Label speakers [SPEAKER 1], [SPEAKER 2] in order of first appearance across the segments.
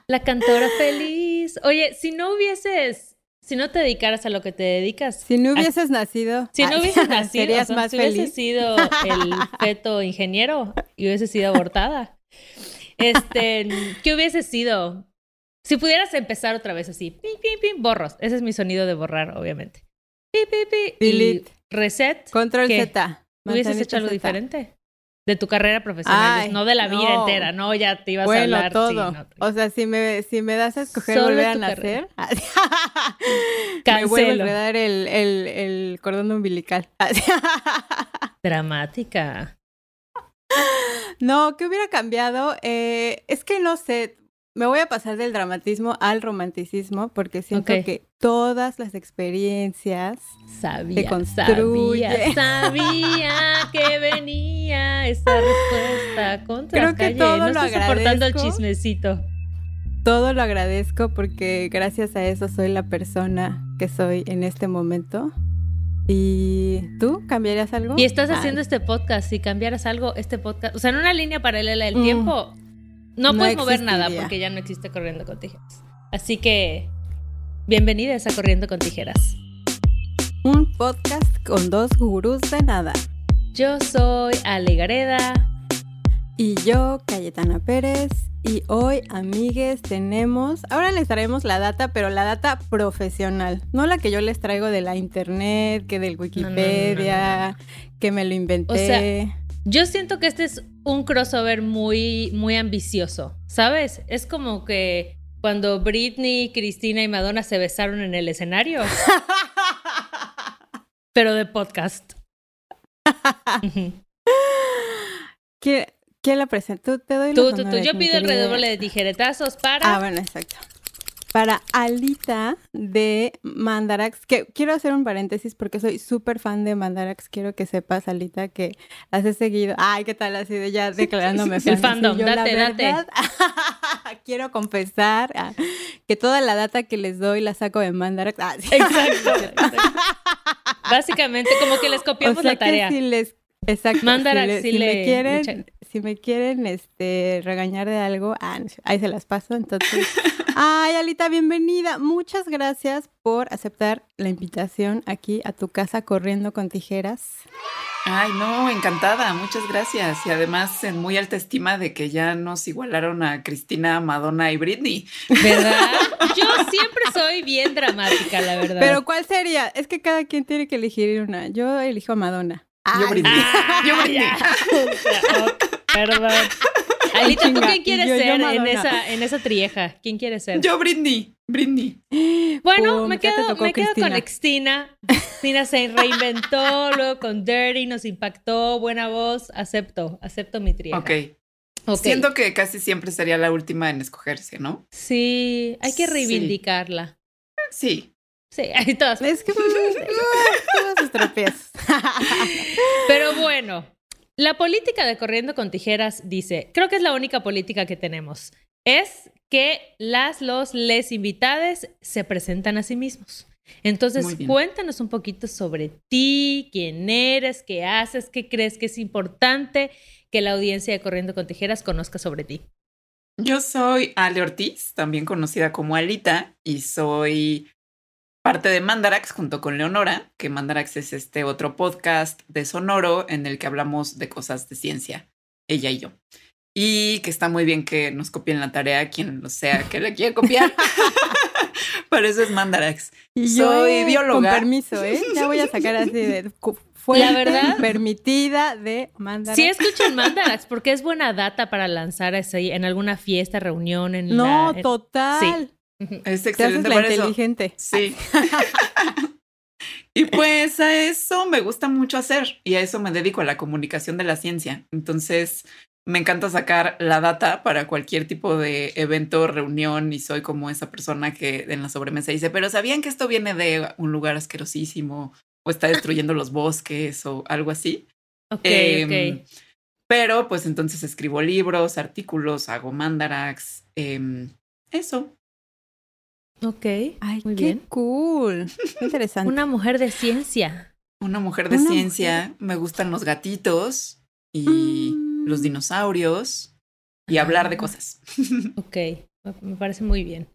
[SPEAKER 1] La cantora feliz. Oye, si no te dedicaras a lo que te dedicas.
[SPEAKER 2] Si no hubieses nacido.
[SPEAKER 1] Si no hubieses nacido,
[SPEAKER 2] serías más
[SPEAKER 1] si
[SPEAKER 2] feliz.
[SPEAKER 1] hubieses sido el feto ingeniero y hubieses sido abortada. ¿Qué hubieses sido? Si pudieras empezar otra vez así, pim, pim, pim, borros. Ese es mi sonido de borrar, obviamente. Pi, pi, pi, y reset.
[SPEAKER 2] Control
[SPEAKER 1] ¿qué?
[SPEAKER 2] Z.
[SPEAKER 1] ¿Hubieses hecho algo diferente? De tu carrera profesional,
[SPEAKER 2] Ay,
[SPEAKER 1] no de la vida
[SPEAKER 2] no.
[SPEAKER 1] entera, no, ya te ibas a
[SPEAKER 2] Bueno,
[SPEAKER 1] hablar.
[SPEAKER 2] todo.
[SPEAKER 1] Sí, no,
[SPEAKER 2] O sea, si me das a escoger
[SPEAKER 1] Solo
[SPEAKER 2] volver a
[SPEAKER 1] tu
[SPEAKER 2] nacer,
[SPEAKER 1] Cancelo.
[SPEAKER 2] me vuelvo a enredar el cordón umbilical.
[SPEAKER 1] Dramática.
[SPEAKER 2] No, ¿qué hubiera cambiado? Es que no sé, me voy a pasar del dramatismo al romanticismo porque siento que todas las experiencias se construyen.
[SPEAKER 1] Sabía que venía esa respuesta contra
[SPEAKER 2] Creo que
[SPEAKER 1] calle.
[SPEAKER 2] todo
[SPEAKER 1] No
[SPEAKER 2] lo
[SPEAKER 1] estoy soportando el
[SPEAKER 2] agradezco.
[SPEAKER 1] chismecito.
[SPEAKER 2] Todo lo agradezco porque gracias a eso soy la persona que soy en este momento. ¿Y tú cambiarías algo?
[SPEAKER 1] Y estás haciendo este podcast. Si cambiaras algo, este podcast, o sea, en una línea paralela del tiempo, no puedes mover nada porque ya no existe Corriendo con Tijeras. Así que, bienvenidas a Corriendo con Tijeras.
[SPEAKER 2] Un podcast con dos gurús de nada.
[SPEAKER 1] Yo soy Ale Gareda.
[SPEAKER 2] Y yo, Cayetana Pérez. Y hoy, amigues, ahora les traemos la data, pero la data profesional. No la que yo les traigo de la internet, que del Wikipedia, que me lo inventé.
[SPEAKER 1] O sea, yo siento que este es un crossover muy, muy ambicioso, ¿sabes? Es como que cuando Britney, Cristina y Madonna se besaron en el escenario. Pero de podcast.
[SPEAKER 2] ¿Quién la presenta? Te doy
[SPEAKER 1] Tú.
[SPEAKER 2] los honores,
[SPEAKER 1] Yo pido el redoble de tijeretazos para...
[SPEAKER 2] bueno, exacto. Para Alita de Mandarax, que quiero hacer un paréntesis porque soy súper fan de Mandarax. Quiero que sepas, Alita, que las he seguido. Ay, ¿qué tal? Así de ya declarándome fan.
[SPEAKER 1] El fandom,
[SPEAKER 2] sí, yo,
[SPEAKER 1] date.
[SPEAKER 2] Quiero confesar que toda la data que les doy la saco de Mandarax. Sí.
[SPEAKER 1] Exacto. Básicamente, como que les copiamos la tarea.
[SPEAKER 2] Exacto.
[SPEAKER 1] Mandarax,
[SPEAKER 2] si me quieren regañar de algo, ahí se las paso. Entonces, ay, Alita, bienvenida. Muchas gracias por aceptar la invitación aquí a tu casa Corriendo con Tijeras.
[SPEAKER 3] Ay, no, encantada, muchas gracias. Y además en muy alta estima de que ya nos igualaron a Cristina, Madonna y Britney.
[SPEAKER 1] ¿Verdad? Yo siempre soy bien dramática, la verdad.
[SPEAKER 2] Pero ¿cuál sería? Es que cada quien tiene que elegir una. Yo elijo a Madonna.
[SPEAKER 3] Yo Britney. Yo Britney.
[SPEAKER 1] Perdón. Alita, ¿tú quién quieres ser en esa trieja? ¿Quién quieres ser?
[SPEAKER 3] Yo Britney.
[SPEAKER 1] Bueno, me quedo con Cristina. Cristina se reinventó, luego con Dirty nos impactó, buena voz. Acepto mi trieja.
[SPEAKER 3] Ok. Siento que casi siempre sería la última en escogerse, ¿no?
[SPEAKER 1] Sí, hay que reivindicarla.
[SPEAKER 3] Sí.
[SPEAKER 1] Sí, hay todas.
[SPEAKER 2] Es que todos sus tropiezos.
[SPEAKER 1] Pero bueno, la política de Corriendo con Tijeras dice, creo que es la única política que tenemos, es que les invitades se presentan a sí mismos. Entonces, cuéntanos un poquito sobre ti, quién eres, qué haces, qué crees que es importante que la audiencia de Corriendo con Tijeras conozca sobre ti.
[SPEAKER 3] Yo soy Ale Ortiz, también conocida como Alita, y soy parte de Mandarax junto con Leonora, que Mandarax es este otro podcast de Sonoro en el que hablamos de cosas de ciencia, ella y yo. Y que está muy bien que nos copien la tarea, quien lo sea que la quiera copiar. Para eso es Mandarax.
[SPEAKER 2] Y
[SPEAKER 3] soy bióloga.
[SPEAKER 2] Con permiso, ya voy a sacar así de fuente
[SPEAKER 1] la verdad,
[SPEAKER 2] permitida de Mandarax.
[SPEAKER 1] Sí escuchan Mandarax porque es buena data para lanzar así en alguna fiesta, reunión.
[SPEAKER 2] Total.
[SPEAKER 1] Sí.
[SPEAKER 3] Es excelente
[SPEAKER 2] para inteligente.
[SPEAKER 3] Eso. Sí. Y pues a eso me gusta mucho hacer y a eso me dedico, a la comunicación de la ciencia. Entonces me encanta sacar la data para cualquier tipo de evento, reunión, y soy como esa persona que en la sobremesa dice, pero ¿sabían que esto viene de un lugar asquerosísimo o está destruyendo los bosques o algo así?
[SPEAKER 1] Ok.
[SPEAKER 3] Pero pues entonces escribo libros, artículos, hago Mandarax, eso.
[SPEAKER 1] Ok.
[SPEAKER 2] Ay,
[SPEAKER 1] muy
[SPEAKER 2] qué
[SPEAKER 1] bien.
[SPEAKER 2] Cool. Qué interesante.
[SPEAKER 1] Una mujer de ciencia.
[SPEAKER 3] Una mujer de ciencia. Me gustan los gatitos y los dinosaurios y hablar de cosas.
[SPEAKER 1] Ok. Me parece muy bien.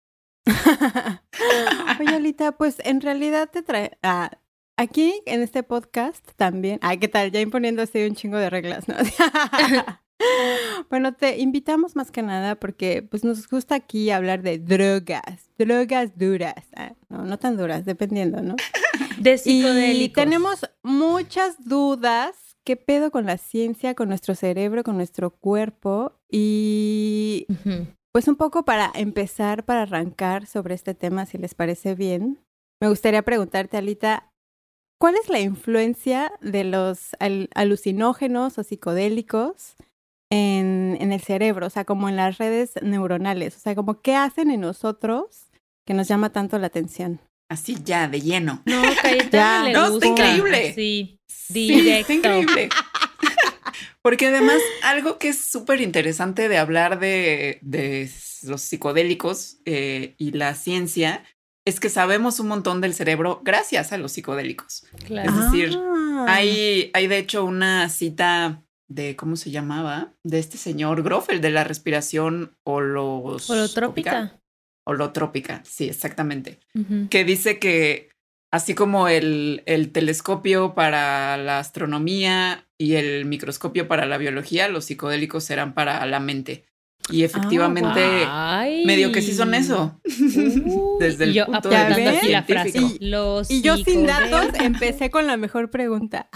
[SPEAKER 2] Oye, Alita, pues en realidad te trae... aquí en este podcast también... Ay, ¿qué tal? Ya imponiendo así un chingo de reglas, ¿no? Bueno, te invitamos más que nada porque pues nos gusta aquí hablar de drogas duras. No tan duras, dependiendo, ¿no?
[SPEAKER 1] De psicodélicos.
[SPEAKER 2] Y tenemos muchas dudas. ¿Qué pedo con la ciencia, con nuestro cerebro, con nuestro cuerpo? Y pues un poco para empezar, para arrancar sobre este tema, si les parece bien, me gustaría preguntarte, Alita, ¿cuál es la influencia de los alucinógenos o psicodélicos en el cerebro? O sea, como en las redes neuronales. O sea, como qué hacen en nosotros que nos llama tanto la atención.
[SPEAKER 3] Así ya, de lleno.
[SPEAKER 1] No, Cayetana le
[SPEAKER 3] no,
[SPEAKER 1] gusta.
[SPEAKER 3] está increíble.
[SPEAKER 1] Sí,
[SPEAKER 3] Sí,
[SPEAKER 1] directo.
[SPEAKER 3] está increíble. Porque además, algo que es súper interesante de hablar de los psicodélicos y la ciencia es que sabemos un montón del cerebro gracias a los psicodélicos.
[SPEAKER 1] Claro.
[SPEAKER 3] Es decir, hay de hecho una cita de, ¿cómo se llamaba? De este señor Grof, el de la respiración
[SPEAKER 1] Holotrópica.
[SPEAKER 3] Holotrópica, sí, exactamente.
[SPEAKER 1] Uh-huh.
[SPEAKER 3] Que dice que así como el telescopio para la astronomía y el microscopio para la biología, los psicodélicos eran para la mente. Y efectivamente, medio que sí son eso. Desde el punto de vista científico.
[SPEAKER 2] Y yo sin datos empecé con la mejor pregunta.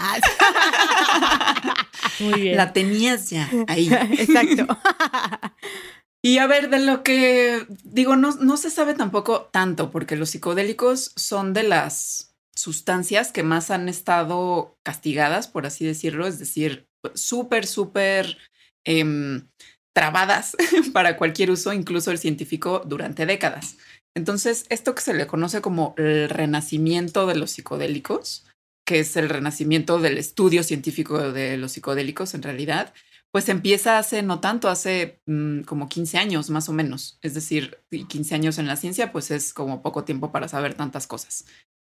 [SPEAKER 1] Muy bien.
[SPEAKER 3] La tenías ya ahí.
[SPEAKER 2] Exacto.
[SPEAKER 3] Y a ver, de lo que digo, no se sabe tampoco tanto, porque los psicodélicos son de las sustancias que más han estado castigadas, por así decirlo, es decir, súper trabadas para cualquier uso, incluso el científico, durante décadas. Entonces, esto que se le conoce como el renacimiento de los psicodélicos, que es el renacimiento del estudio científico de los psicodélicos en realidad, pues empieza hace no tanto, hace como 15 años más o menos. Es decir, 15 años en la ciencia, pues es como poco tiempo para saber tantas cosas.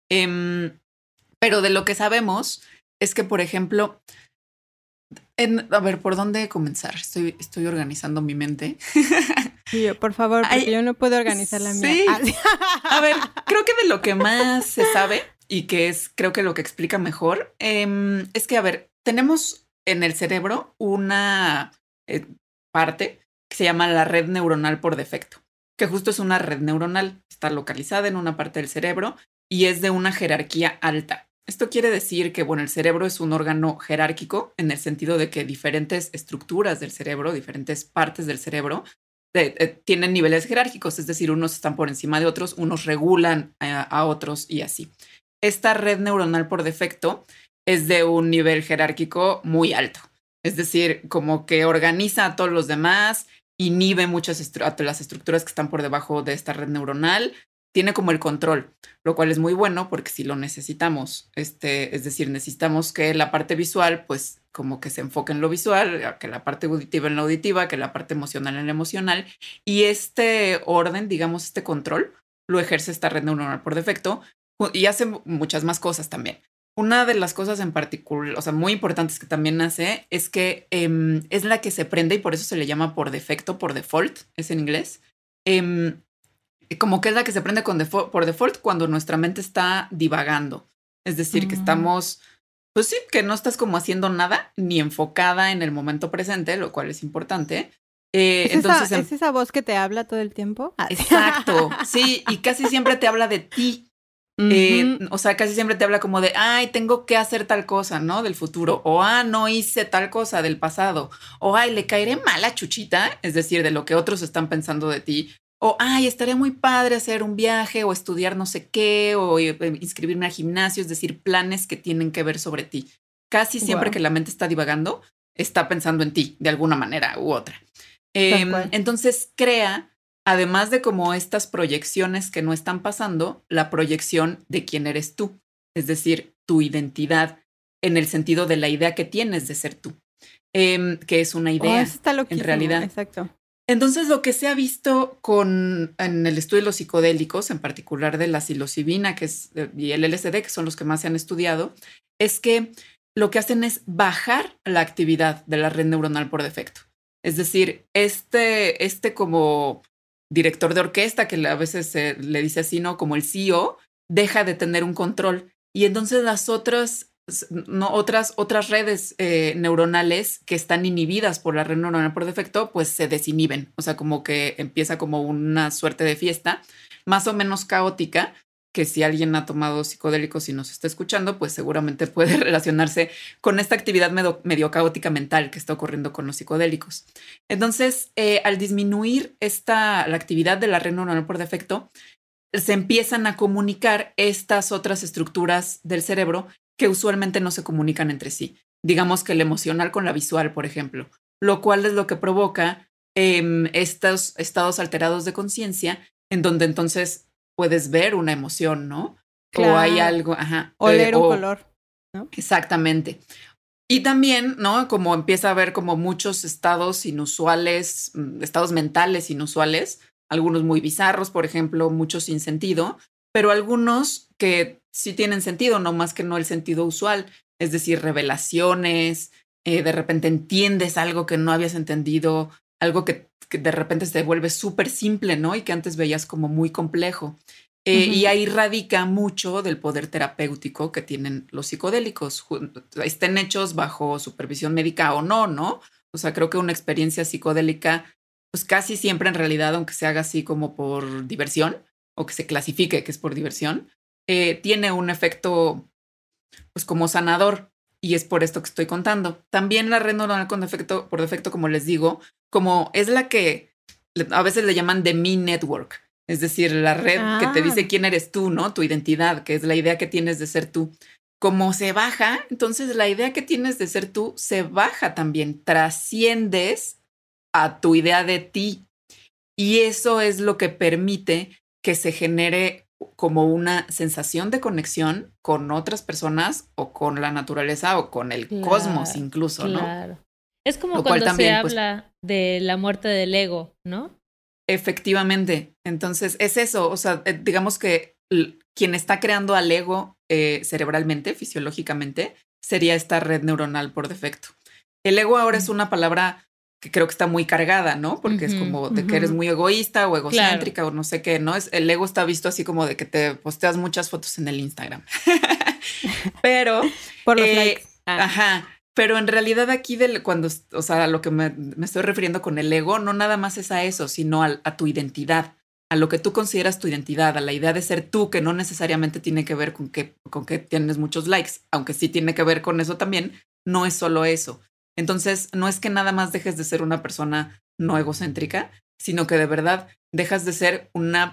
[SPEAKER 3] Pero de lo que sabemos es que, por ejemplo, a ver, ¿por dónde comenzar? Estoy organizando mi mente.
[SPEAKER 2] Sí, por favor, porque yo no puedo organizar la mía.
[SPEAKER 3] Sí. A ver, creo que de lo que más se sabe y que es, creo que lo que explica mejor, es que, a ver, tenemos en el cerebro una parte que se llama la red neuronal por defecto, que justo es una red neuronal, está localizada en una parte del cerebro y es de una jerarquía alta. Esto quiere decir que, bueno, el cerebro es un órgano jerárquico en el sentido de que diferentes estructuras del cerebro, diferentes partes del cerebro, tienen niveles jerárquicos, es decir, unos están por encima de otros, unos regulan a otros y así. Esta red neuronal por defecto es de un nivel jerárquico muy alto, es decir, como que organiza a todos los demás, inhibe muchas las estructuras que están por debajo de esta red neuronal, tiene como el control, lo cual es muy bueno porque si lo necesitamos, es decir, necesitamos que la parte visual, pues como que se enfoque en lo visual, que la parte auditiva en la auditiva, que la parte emocional en la emocional, y este orden, digamos, este control, lo ejerce esta red neuronal por defecto y hace muchas más cosas también. Una de las cosas en particular, o sea, muy importantes que también hace es que es la que se prende y por eso se le llama por defecto, por default, es en inglés. Como que es la que se prende por default cuando nuestra mente está divagando. Es decir, que estamos, pues sí, que no estás como haciendo nada ni enfocada en el momento presente, lo cual es importante.
[SPEAKER 2] Entonces, ¿es esa voz que te habla todo el tiempo?
[SPEAKER 3] Exacto, sí, y casi siempre te habla de ti. O sea, casi siempre te habla como de, ay, tengo que hacer tal cosa, ¿no? Del futuro. O, no hice tal cosa del pasado. O, ay, le caeré mal a Chuchita, es decir, de lo que otros están pensando de ti. O, ay, estaría muy padre hacer un viaje o estudiar no sé qué o inscribirme al gimnasio, es decir, planes que tienen que ver sobre ti. Casi siempre que la mente está divagando, está pensando en ti de alguna manera u otra. Entonces crea, además de como estas proyecciones que no están pasando, la proyección de quién eres tú, es decir, tu identidad en el sentido de la idea que tienes de ser tú, que es una idea
[SPEAKER 2] está loquísimo,
[SPEAKER 3] en realidad.
[SPEAKER 2] Exacto.
[SPEAKER 3] Entonces, lo que se ha visto en el estudio de los psicodélicos, en particular de la psilocibina y el LSD, que son los que más se han estudiado, es que lo que hacen es bajar la actividad de la red neuronal por defecto. Es decir, como director de orquesta, que a veces se le dice así, ¿no? Como el CEO, deja de tener un control. Y entonces las otras redes neuronales que están inhibidas por la red neuronal por defecto, pues se desinhiben. O sea, como que empieza como una suerte de fiesta más o menos caótica, que si alguien ha tomado psicodélicos y nos está escuchando, pues seguramente puede relacionarse con esta actividad medio caótica mental que está ocurriendo con los psicodélicos. Entonces, al disminuir la actividad de la red neuronal por defecto, se empiezan a comunicar estas otras estructuras del cerebro que usualmente no se comunican entre sí. Digamos que el emocional con la visual, por ejemplo, lo cual es lo que provoca estos estados alterados de conciencia en donde entonces puedes ver una emoción, ¿no?
[SPEAKER 2] Claro.
[SPEAKER 3] O hay algo,
[SPEAKER 2] oler un color, ¿no?
[SPEAKER 3] Exactamente. Y también, ¿no? Como empieza a haber como muchos estados inusuales, estados mentales inusuales, algunos muy bizarros, por ejemplo, muchos sin sentido, pero algunos que sí tienen sentido, no más que no el sentido usual, es decir, revelaciones, de repente entiendes algo que no habías entendido, algo que de repente se vuelve súper simple, ¿no? Y que antes veías como muy complejo. Y ahí radica mucho del poder terapéutico que tienen los psicodélicos, estén hechos bajo supervisión médica o no, ¿no? O sea, creo que una experiencia psicodélica, pues casi siempre en realidad, aunque se haga así como por diversión o que se clasifique que es por diversión, tiene un efecto pues como sanador. Y es por esto que estoy contando. También la red neuronal por defecto, como les digo, como es la que a veces le llaman The Me Network. Es decir, la red que te dice quién eres tú, ¿no? Tu identidad, que es la idea que tienes de ser tú. Como se baja, entonces la idea que tienes de ser tú se baja también. Trasciendes a tu idea de ti. Y eso es lo que permite que se genere como una sensación de conexión con otras personas o con la naturaleza o con el cosmos incluso, ¿no?
[SPEAKER 1] Claro. Es como cuando también, se habla de la muerte del ego, ¿no?
[SPEAKER 3] Efectivamente. Entonces es eso. O sea, digamos que quien está creando al ego cerebralmente, fisiológicamente, sería esta red neuronal por defecto. El ego ahora es una palabra que creo que está muy cargada, ¿no? Porque es como de que eres muy egoísta o egocéntrica o no sé qué, ¿no? El ego está visto así como de que te posteas muchas fotos en el Instagram. Pero...
[SPEAKER 2] por los likes.
[SPEAKER 3] Ajá. Pero en realidad aquí cuando, o sea, lo que me estoy refiriendo con el ego, no nada más es a eso, sino a tu identidad, a lo que tú consideras tu identidad, a la idea de ser tú, que no necesariamente tiene que ver con que tienes muchos likes, aunque sí tiene que ver con eso también, no es solo eso. Entonces, no es que nada más dejes de ser una persona no egocéntrica, sino que de verdad dejas de ser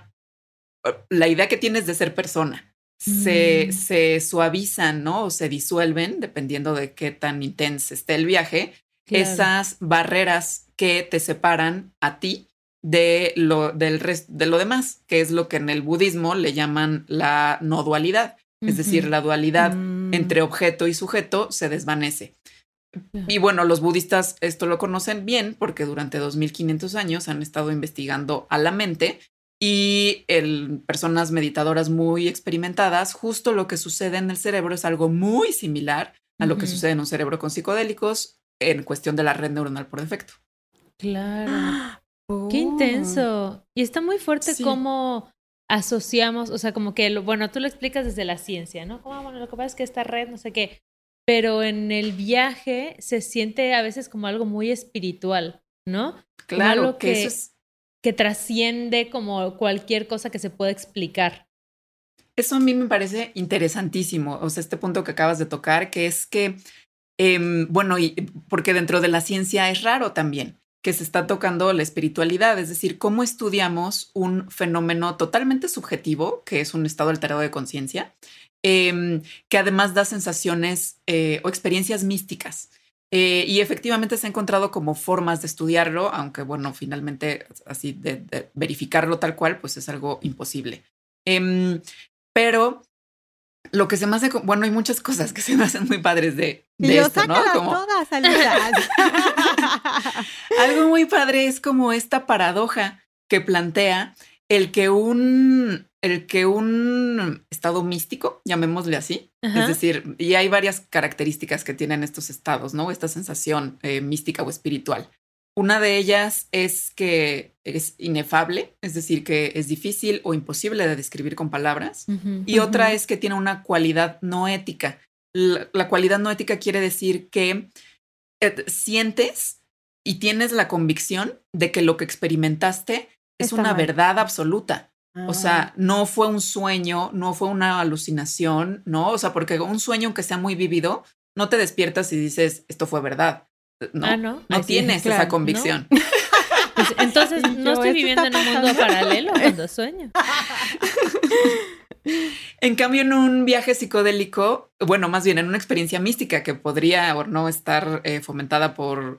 [SPEAKER 3] la idea que tienes de ser persona. Se suavizan, ¿no? O se disuelven, dependiendo de qué tan intenso esté el viaje, esas barreras que te separan a ti de lo demás, que es lo que en el budismo le llaman la no dualidad. Es decir, la dualidad entre objeto y sujeto se desvanece. Y bueno, los budistas esto lo conocen bien porque durante 2500 años han estado investigando a la mente y personas meditadoras muy experimentadas, justo lo que sucede en el cerebro es algo muy similar a lo que sucede en un cerebro con psicodélicos en cuestión de la red neuronal por defecto.
[SPEAKER 1] Claro. Qué intenso. Y está muy fuerte cómo asociamos, o sea, como que, bueno, tú lo explicas desde la ciencia, ¿no? Como, bueno, lo que pasa es que esta red, no sé qué, pero en el viaje se siente a veces como algo muy espiritual, ¿no?
[SPEAKER 3] Claro,
[SPEAKER 1] como algo
[SPEAKER 3] que eso es...
[SPEAKER 1] que trasciende como cualquier cosa que se pueda explicar.
[SPEAKER 3] Eso a mí me parece interesantísimo, o sea, este punto que acabas de tocar, que es que, bueno, y porque dentro de la ciencia es raro también que se está tocando la espiritualidad, es decir, cómo estudiamos un fenómeno totalmente subjetivo, que es un estado alterado de conciencia, que además da sensaciones o experiencias místicas. Y efectivamente se ha encontrado como formas de estudiarlo, aunque bueno, finalmente así de verificarlo tal cual, pues es algo imposible. Pero lo que se me hace, bueno, hay muchas cosas que se me hacen muy padres de esto, ¿no?
[SPEAKER 2] Como todas,
[SPEAKER 3] algo muy padre es como esta paradoja que plantea el que un estado místico, llamémosle así, es decir, y hay varias características que tienen estos estados, ¿no? Esta sensación mística o espiritual. Una de ellas es que es inefable, es decir, que es difícil o imposible de describir con palabras. Y otra es que tiene una cualidad no ética. La cualidad no ética quiere decir que sientes y tienes la convicción de que lo que experimentaste es una verdad absoluta. O sea, no fue un sueño, no fue una alucinación, ¿no? O sea, porque un sueño, aunque sea muy vívido, no te despiertas y dices, esto fue verdad. No tienes esa convicción.
[SPEAKER 1] ¿No? Pues, entonces, no estoy viviendo en un mundo paralelo cuando sueño.
[SPEAKER 3] En cambio, en un viaje psicodélico, bueno, más bien en una experiencia mística que podría o no estar fomentada por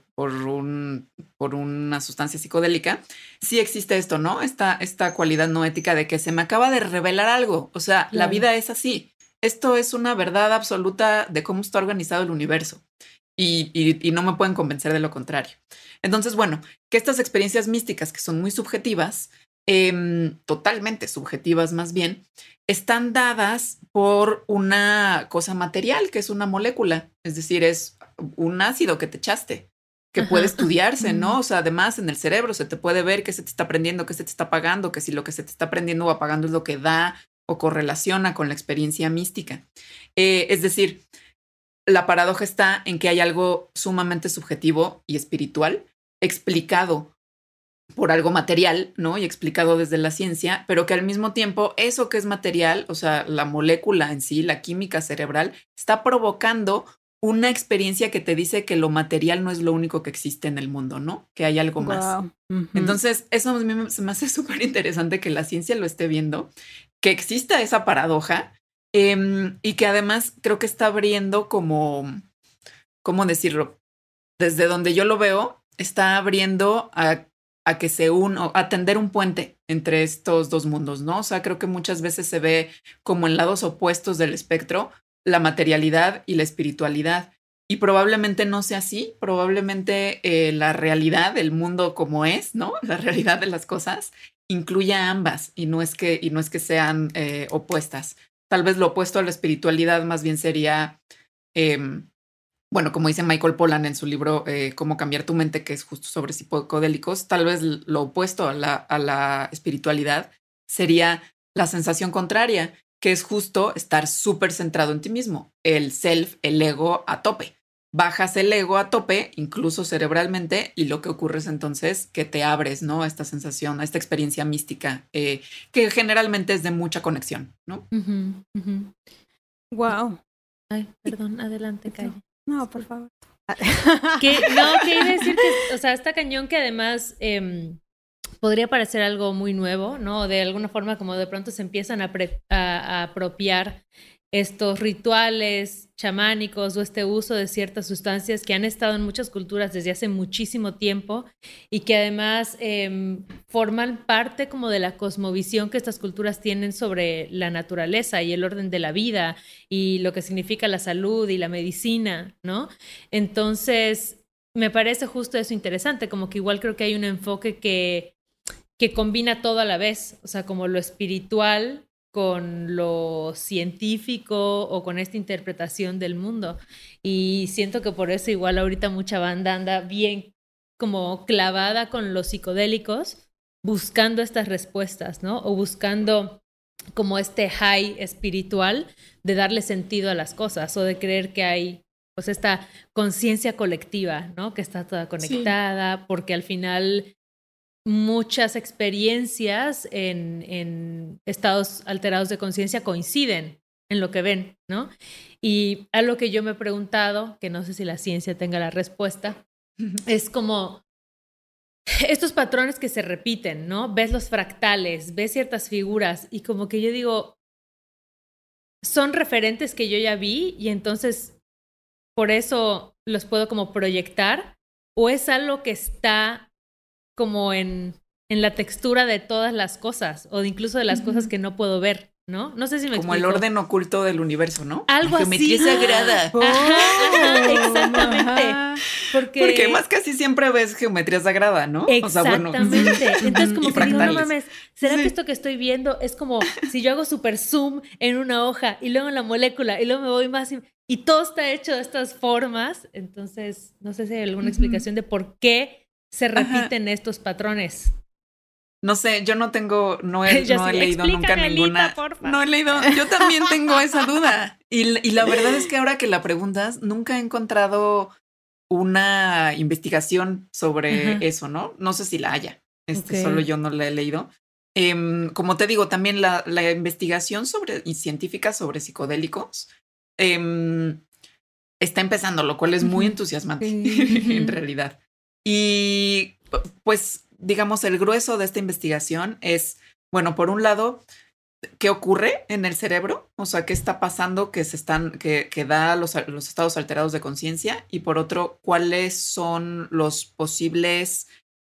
[SPEAKER 3] una sustancia psicodélica, sí existe esto, ¿no? Esta cualidad no ética de que se me acaba de revelar algo. O sea, la vida es así. Esto es una verdad absoluta de cómo está organizado el universo. Y no me pueden convencer de lo contrario. Entonces, bueno, que estas experiencias místicas que son muy subjetivas, totalmente subjetivas más bien, están dadas por una cosa material que es una molécula, es decir, es un ácido que te echaste, que puede estudiarse, ¿no? O sea, además en el cerebro se te puede ver qué se te está prendiendo, qué se te está apagando, que si lo que se te está prendiendo o apagando es lo que da o correlaciona con la experiencia mística. Es decir, la paradoja está en que hay algo sumamente subjetivo y espiritual explicado por algo material, ¿no? Y explicado desde la ciencia, pero que al mismo tiempo eso que es material, o sea, la molécula en sí, la química cerebral, está provocando una experiencia que te dice que lo material no es lo único que existe en el mundo, ¿no? Que hay algo más. Entonces, eso a mí se me hace súper interesante que la ciencia lo esté viendo, que exista esa paradoja y que además creo que está abriendo como, ¿cómo decirlo? Desde donde yo lo veo, está abriendo a que a tender un puente entre estos dos mundos, ¿no? O sea, creo que muchas veces se ve como en lados opuestos del espectro la materialidad y la espiritualidad. Y probablemente no sea así, probablemente la realidad, el mundo como es, ¿no? La realidad de las cosas incluya ambas y no es que sean opuestas. Tal vez lo opuesto a la espiritualidad más bien sería... bueno, como dice Michael Pollan en su libro Cómo cambiar tu mente, que es justo sobre psicodélicos, tal vez lo opuesto a la espiritualidad sería la sensación contraria, que es justo estar súper centrado en ti mismo, el self, el ego a tope. Bajas el ego a tope, incluso cerebralmente, y lo que ocurre es entonces que te abres, ¿no? A esta sensación, a esta experiencia mística, que generalmente es de mucha conexión, ¿no?
[SPEAKER 2] Wow.
[SPEAKER 1] Ay, perdón, adelante, Calle.
[SPEAKER 2] No, por favor.
[SPEAKER 1] Que iba a decir que, o sea, está cañón que además podría parecer algo muy nuevo, ¿no? De alguna forma como de pronto se empiezan a apropiar estos rituales chamánicos o este uso de ciertas sustancias que han estado en muchas culturas desde hace muchísimo tiempo y que además forman parte como de la cosmovisión que estas culturas tienen sobre la naturaleza y el orden de la vida y lo que significa la salud y la medicina, ¿no? Entonces, me parece justo eso interesante, como que igual creo que hay un enfoque que combina todo a la vez, o sea, como lo espiritual con lo científico o con esta interpretación del mundo. Y siento que por eso igual ahorita mucha banda anda bien como clavada con los psicodélicos, buscando estas respuestas, ¿no? O buscando como este high espiritual de darle sentido a las cosas o de creer que hay pues esta conciencia colectiva, ¿no? Que está toda conectada, sí. Porque al final muchas experiencias en estados alterados de conciencia coinciden en lo que ven, ¿no? Y algo que yo me he preguntado, que no sé si la ciencia tenga la respuesta, es como estos patrones que se repiten, ¿no? Ves los fractales, ves ciertas figuras y como que yo digo, son referentes que yo ya vi y entonces por eso los puedo como proyectar, o es algo que está como en la textura de todas las cosas o de incluso de las cosas que no puedo ver, ¿no? No sé si me explico.
[SPEAKER 3] Como el orden oculto del universo, ¿no?
[SPEAKER 1] Algo así.
[SPEAKER 3] Geometría sagrada.
[SPEAKER 1] Ajá, exactamente.
[SPEAKER 3] Porque más casi siempre ves geometría sagrada, ¿no?
[SPEAKER 1] Exactamente. O sea, bueno. Entonces como que digo, no mames, ¿será
[SPEAKER 2] Sí.
[SPEAKER 1] que esto que estoy viendo es como si yo hago super zoom en una hoja y luego en la molécula y luego me voy más y todo está hecho de estas formas? Entonces, no sé si hay alguna explicación de por qué se repiten estos patrones?
[SPEAKER 3] No sé, yo no he leído nunca ninguna.
[SPEAKER 1] Alita, porfa.
[SPEAKER 3] No he leído, yo también tengo esa duda. Y la verdad es que ahora que la preguntas, nunca he encontrado una investigación sobre eso, ¿no? No sé si la haya. Solo yo no la he leído. Como te digo, también la investigación científica sobre psicodélicos está empezando, lo cual es muy entusiasmante en realidad. Y pues, digamos, el grueso de esta investigación es, bueno, por un lado, ¿qué ocurre en el cerebro? O sea, ¿qué está pasando que da los estados alterados de conciencia? Y por otro, ¿cuáles son los posibles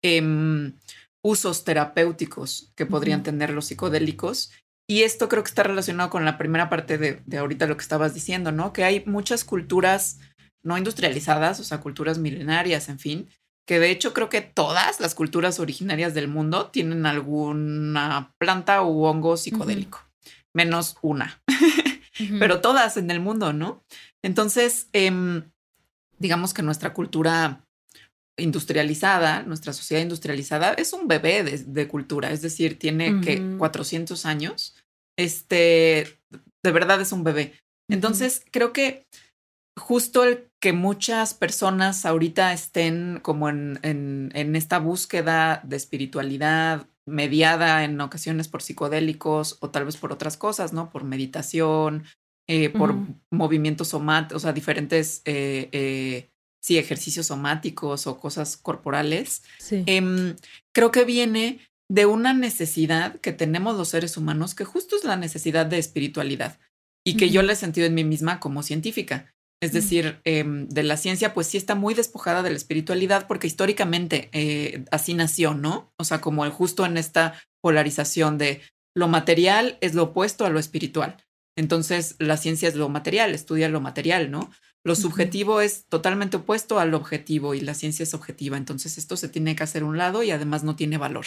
[SPEAKER 3] usos terapéuticos que podrían tener los psicodélicos? Y esto creo que está relacionado con la primera parte de ahorita lo que estabas diciendo, ¿no? Que hay muchas culturas no industrializadas, o sea, culturas milenarias, en fin, que de hecho creo que todas las culturas originarias del mundo tienen alguna planta u hongo psicodélico, menos una, pero todas en el mundo, ¿no? Entonces, digamos que nuestra cultura industrializada, nuestra sociedad industrializada es un bebé de cultura, es decir, tiene que 400 años, de verdad es un bebé. Entonces, creo que justo el que muchas personas ahorita estén como en esta búsqueda de espiritualidad mediada en ocasiones por psicodélicos o tal vez por otras cosas, ¿no? Por meditación, por movimientos somáticos, o sea, diferentes ejercicios somáticos o cosas corporales.
[SPEAKER 1] Sí.
[SPEAKER 3] Creo que viene de una necesidad que tenemos los seres humanos, que justo es la necesidad de espiritualidad y que yo la he sentido en mí misma como científica. Es decir, de la ciencia, pues sí está muy despojada de la espiritualidad porque históricamente así nació, ¿no? O sea, como justo en esta polarización de lo material es lo opuesto a lo espiritual. Entonces, la ciencia es lo material, estudia lo material, ¿no? Lo subjetivo es totalmente opuesto al objetivo y la ciencia es objetiva. Entonces, esto se tiene que hacer a un lado y además no tiene valor.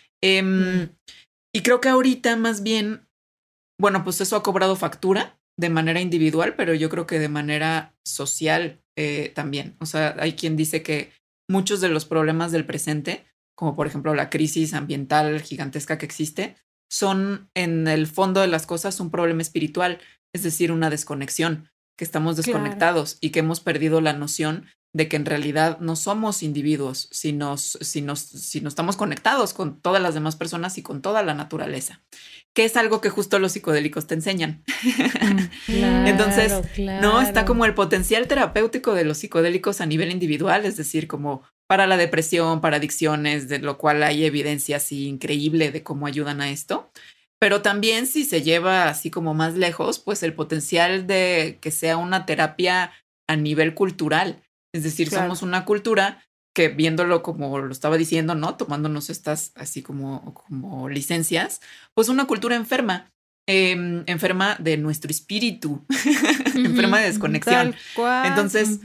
[SPEAKER 3] Y creo que ahorita más bien, bueno, pues eso ha cobrado factura de manera individual, pero yo creo que de manera social también. O sea, hay quien dice que muchos de los problemas del presente, como por ejemplo la crisis ambiental gigantesca que existe, son en el fondo de las cosas un problema espiritual, es decir, una desconexión, que estamos desconectados y que hemos perdido la noción de que en realidad no somos individuos, sino estamos conectados con todas las demás personas y con toda la naturaleza, que es algo que justo los psicodélicos te enseñan. Entonces, no, está como el potencial terapéutico de los psicodélicos a nivel individual, es decir, como para la depresión, para adicciones, de lo cual hay evidencia así increíble de cómo ayudan a esto. Pero también si se lleva así como más lejos, pues el potencial de que sea una terapia a nivel cultural. Es decir, somos una cultura que viéndolo como lo estaba diciendo, ¿no? Tomándonos estas así como licencias, pues una cultura enferma, enferma de nuestro espíritu, enferma de desconexión.
[SPEAKER 2] Tal cual.
[SPEAKER 3] Entonces,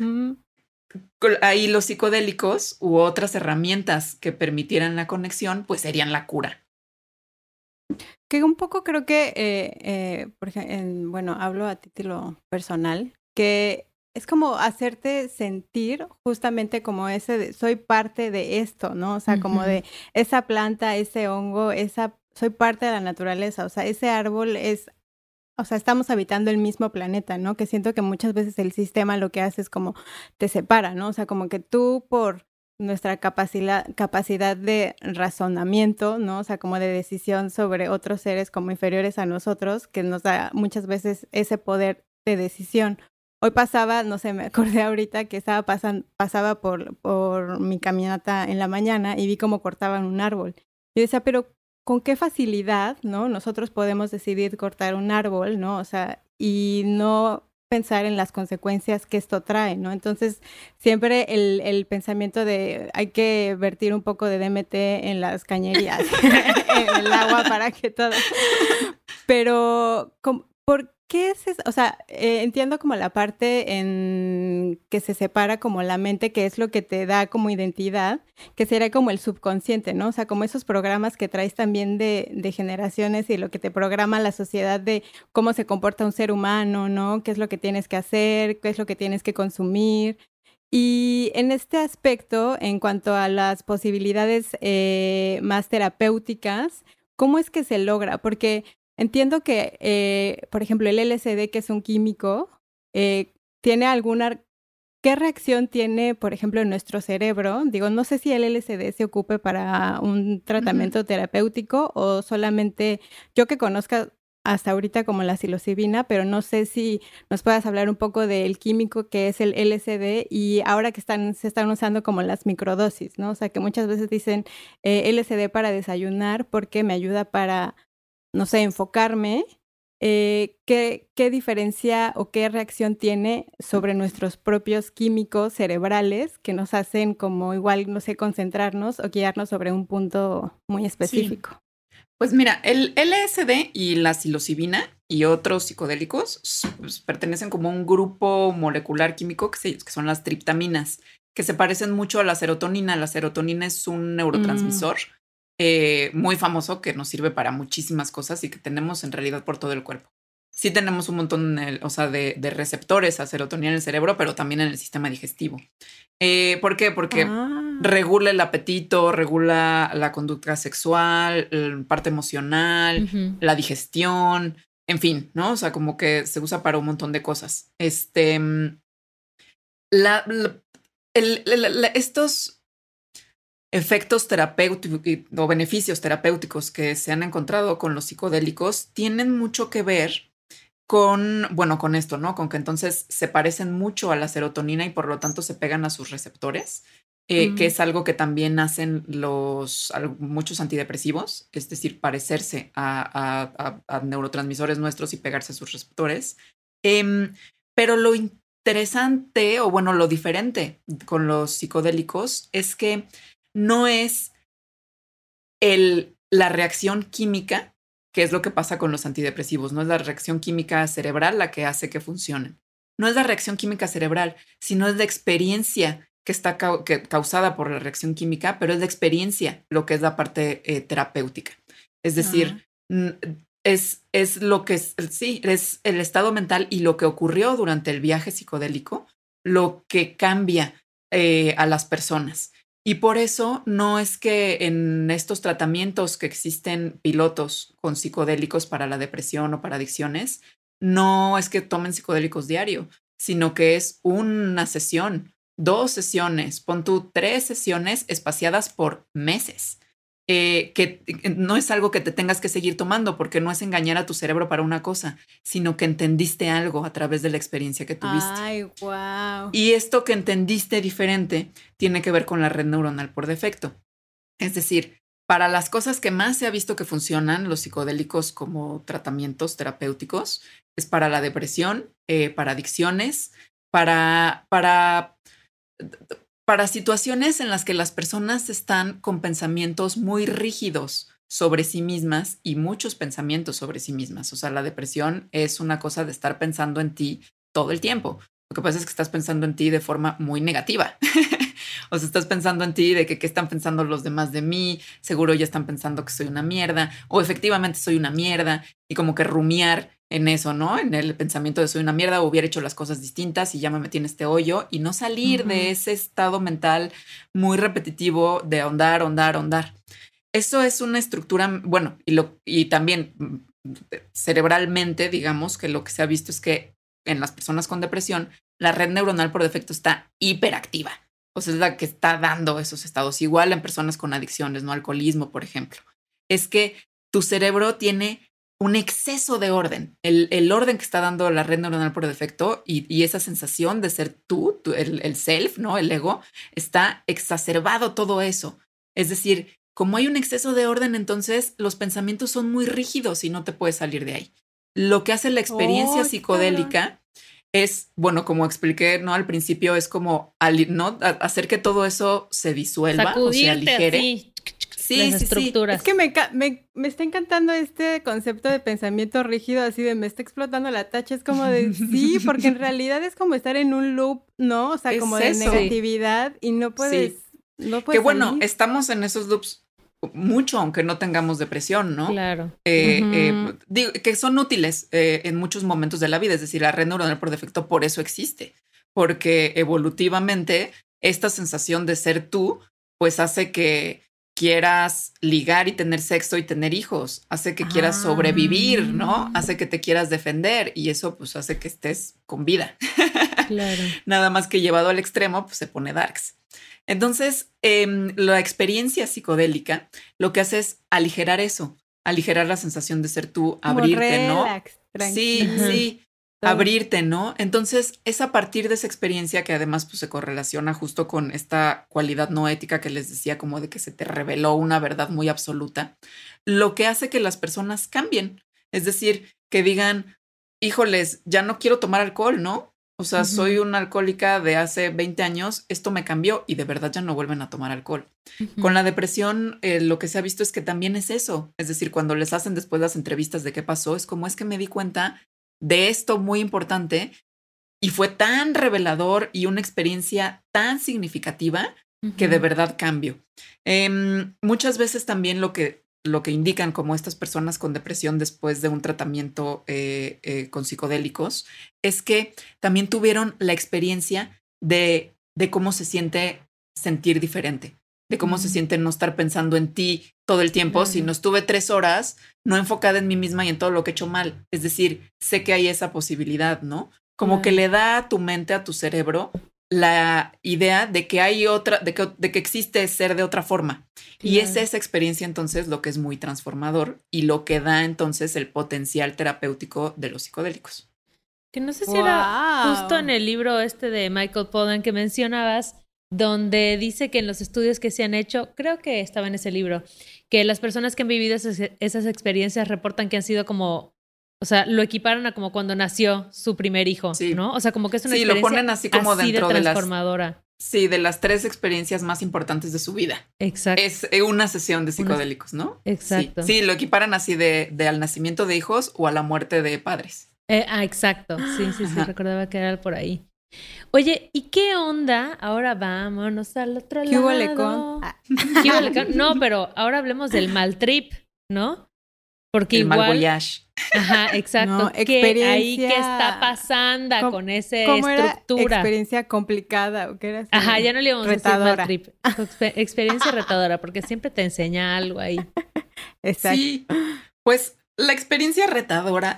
[SPEAKER 3] ahí los psicodélicos u otras herramientas que permitieran la conexión, pues serían la cura.
[SPEAKER 2] Que un poco creo que, por ejemplo, bueno, hablo a título personal, que es como hacerte sentir justamente como ese de, soy parte de esto, ¿no? O sea, como de esa planta, ese hongo, soy parte de la naturaleza, o sea, ese árbol es, o sea, estamos habitando el mismo planeta, ¿no? Que siento que muchas veces el sistema lo que hace es como te separa, ¿no? O sea, como que tú por nuestra capacidad de razonamiento, ¿no? O sea, como de decisión sobre otros seres como inferiores a nosotros, que nos da muchas veces ese poder de decisión. Hoy pasaba, no sé, me acordé ahorita que pasaba por mi caminata en la mañana y vi cómo cortaban un árbol. Yo decía, pero ¿con qué facilidad, no? Nosotros podemos decidir cortar un árbol, ¿no? O sea, y no pensar en las consecuencias que esto trae, ¿no? Entonces, siempre el pensamiento de hay que vertir un poco de DMT en las cañerías, en el agua para que todo... Pero, ¿por qué es eso? O sea, entiendo como la parte en que se separa como la mente, que es lo que te da como identidad, que sería como el subconsciente, ¿no? O sea, como esos programas que traes también de generaciones y lo que te programa la sociedad de cómo se comporta un ser humano, ¿no? ¿Qué es lo que tienes que hacer? ¿Qué es lo que tienes que consumir? Y en este aspecto, en cuanto a las posibilidades más terapéuticas, ¿cómo es que se logra? Porque entiendo que, por ejemplo, el LSD, que es un químico, tiene alguna... ¿Qué reacción tiene, por ejemplo, en nuestro cerebro? Digo, no sé si el LSD se ocupe para un tratamiento terapéutico o solamente yo que conozca hasta ahorita como la psilocibina, pero no sé si nos puedas hablar un poco del químico que es el LSD y ahora que se están usando como las microdosis, ¿no? O sea, que muchas veces dicen LSD para desayunar porque me ayuda para, no sé, enfocarme. ¿Qué diferencia o qué reacción tiene sobre nuestros propios químicos cerebrales que nos hacen como igual, no sé, concentrarnos o guiarnos sobre un punto muy específico?
[SPEAKER 3] Sí. Pues mira, el LSD y la psilocibina y otros psicodélicos pues, pertenecen como a un grupo molecular químico que son las triptaminas, que se parecen mucho a la serotonina. La serotonina es un neurotransmisor muy famoso que nos sirve para muchísimas cosas y que tenemos en realidad por todo el cuerpo. Sí tenemos un montón de receptores a serotonina en el cerebro, pero también en el sistema digestivo. ¿Por qué? Porque regula el apetito, regula la conducta sexual, parte emocional, la digestión, en fin, ¿no? O sea, como que se usa para un montón de cosas. Estos efectos terapéuticos o beneficios terapéuticos que se han encontrado con los psicodélicos tienen mucho que ver con esto, ¿no? Con que entonces se parecen mucho a la serotonina y por lo tanto se pegan a sus receptores, que es algo que también hacen muchos antidepresivos, es decir, parecerse a neurotransmisores nuestros y pegarse a sus receptores. Pero lo interesante o lo diferente con los psicodélicos es que no es la reacción química, que es lo que pasa con los antidepresivos. No es la reacción química cerebral la que hace que funcionen. No es la reacción química cerebral, sino es la experiencia que está causada por la reacción química, pero es la experiencia lo que es la parte terapéutica. Es decir, es lo que es el estado mental y lo que ocurrió durante el viaje psicodélico, lo que cambia a las personas. Y por eso no es que en estos tratamientos que existen pilotos con psicodélicos para la depresión o para adicciones, no es que tomen psicodélicos diario, sino que es una sesión, 2 sesiones, pon tú 3 sesiones espaciadas por meses. Que no es algo que te tengas que seguir tomando porque no es engañar a tu cerebro para una cosa, sino que entendiste algo a través de la experiencia que tuviste.
[SPEAKER 2] ¡Ay, wow!
[SPEAKER 3] Y esto que entendiste diferente tiene que ver con la red neuronal por defecto. Es decir, para las cosas que más se ha visto que funcionan los psicodélicos como tratamientos terapéuticos es para la depresión, para adicciones, para situaciones en las que las personas están con pensamientos muy rígidos sobre sí mismas y muchos pensamientos sobre sí mismas. O sea, la depresión es una cosa de estar pensando en ti todo el tiempo. Lo que pasa es que estás pensando en ti de forma muy negativa. O sea, estás pensando en ti de que qué están pensando los demás de mí, seguro ya están pensando que soy una mierda o efectivamente soy una mierda y como que rumiar en eso, ¿no? En el pensamiento de soy una mierda o hubiera hecho las cosas distintas y ya me metí en este hoyo y no salir de ese estado mental muy repetitivo de ahondar. Eso es una estructura, y también cerebralmente, digamos que lo que se ha visto es que en las personas con depresión, la red neuronal por defecto está hiperactiva. O sea, es la que está dando esos estados. Igual en personas con adicciones, ¿no? Alcoholismo, por ejemplo. Es que tu cerebro tiene un exceso de orden. El orden que está dando la red neuronal por defecto y esa sensación de ser tú el self, ¿no? El ego, está exacerbado todo eso. Es decir, como hay un exceso de orden, entonces los pensamientos son muy rígidos y no te puedes salir de ahí. Lo que hace la experiencia psicodélica es, como expliqué, ¿no? Al principio es como, ¿no? Hacer que todo eso se disuelva.
[SPEAKER 1] Sacudirte,
[SPEAKER 3] o se aligere.
[SPEAKER 1] Así. Las estructuras.
[SPEAKER 2] Es que me está encantando este concepto de pensamiento rígido, así de me está explotando la tacha. Es como de sí, porque en realidad es como estar en un loop, ¿no? O sea, es como de negatividad y no puedes. No puedes
[SPEAKER 3] que estamos en esos loops mucho, aunque no tengamos depresión, ¿no?
[SPEAKER 1] Claro.
[SPEAKER 3] Digo, que son útiles en muchos momentos de la vida. Es decir, la red neuronal por defecto por eso existe. porque evolutivamente esta sensación de ser tú, pues hace que quieras ligar y tener sexo y tener hijos, hace que quieras sobrevivir, ¿no? Hace que te quieras defender y eso pues hace que estés con vida.
[SPEAKER 1] Claro.
[SPEAKER 3] Nada más que llevado al extremo, pues se pone darks. Entonces, la experiencia psicodélica lo que hace es aligerar eso, aligerar la sensación de ser tú, abrirte,
[SPEAKER 2] relax,
[SPEAKER 3] ¿no? Sí, sí. Abrirte, ¿no? Entonces, es a partir de esa experiencia que además pues, se correlaciona justo con esta cualidad no ética que les decía, como de que se te reveló una verdad muy absoluta, lo que hace que las personas cambien. Es decir, que digan, híjoles, ya no quiero tomar alcohol, ¿no? O sea, soy una alcohólica de hace 20 años, esto me cambió y de verdad ya no vuelven a tomar alcohol. Con la depresión, lo que se ha visto es que también es eso. Es decir, cuando les hacen después las entrevistas de qué pasó, es como es que me di cuenta de esto muy importante y fue tan revelador y una experiencia tan significativa que de verdad cambio. Muchas veces también lo que indican como estas personas con depresión después de un tratamiento con psicodélicos es que también tuvieron la experiencia de cómo se siente sentir diferente, de cómo se siente no estar pensando en ti todo el tiempo, sino estuve 3 horas no enfocada en mí misma y en todo lo que he hecho mal. Es decir, sé que hay esa posibilidad, ¿no? Como que le da a tu mente, a tu cerebro, la idea de que hay otra, de que existe ser de otra forma. Y es esa experiencia entonces lo que es muy transformador y lo que da entonces el potencial terapéutico de los psicodélicos.
[SPEAKER 1] Que no sé si era justo en el libro de Michael Pollan que mencionabas, donde dice que en los estudios que se han hecho, creo que estaba en ese libro, que las personas que han vivido esas experiencias reportan que han sido como, o sea, lo equiparan a como cuando nació su primer hijo, ¿no? O sea, como que es una experiencia
[SPEAKER 3] lo ponen así como dentro
[SPEAKER 1] de transformadora.
[SPEAKER 3] De las 3 experiencias más importantes de su vida.
[SPEAKER 1] Exacto.
[SPEAKER 3] Es una sesión de psicodélicos, ¿no?
[SPEAKER 1] Exacto.
[SPEAKER 3] Sí, lo equiparan así de al nacimiento de hijos o a la muerte de padres.
[SPEAKER 1] Exacto. Sí, recordaba que era por ahí. Oye, ¿y qué onda? Ahora vámonos al otro lado. ¿Qué hubo lecón? No, pero ahora hablemos del mal trip, ¿no? Porque
[SPEAKER 3] el mal voyage.
[SPEAKER 1] Ajá, exacto. No, ¿Qué está pasando con esa estructura?
[SPEAKER 2] Experiencia complicada. ¿O qué era?
[SPEAKER 1] Ajá, ya no le íbamos a decir mal trip. Experiencia retadora, porque siempre te enseña algo ahí.
[SPEAKER 2] Exacto.
[SPEAKER 3] Sí, pues la experiencia retadora.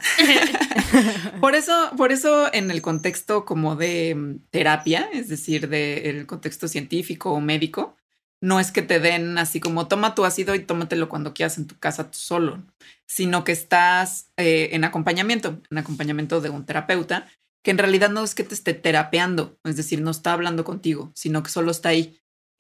[SPEAKER 3] Por eso en el contexto como de terapia, es decir, del contexto científico o médico, no es que te den así como toma tu ácido y tómatelo cuando quieras en tu casa tú solo, sino que estás en acompañamiento de un terapeuta que en realidad no es que te esté terapeando, es decir, no está hablando contigo, sino que solo está ahí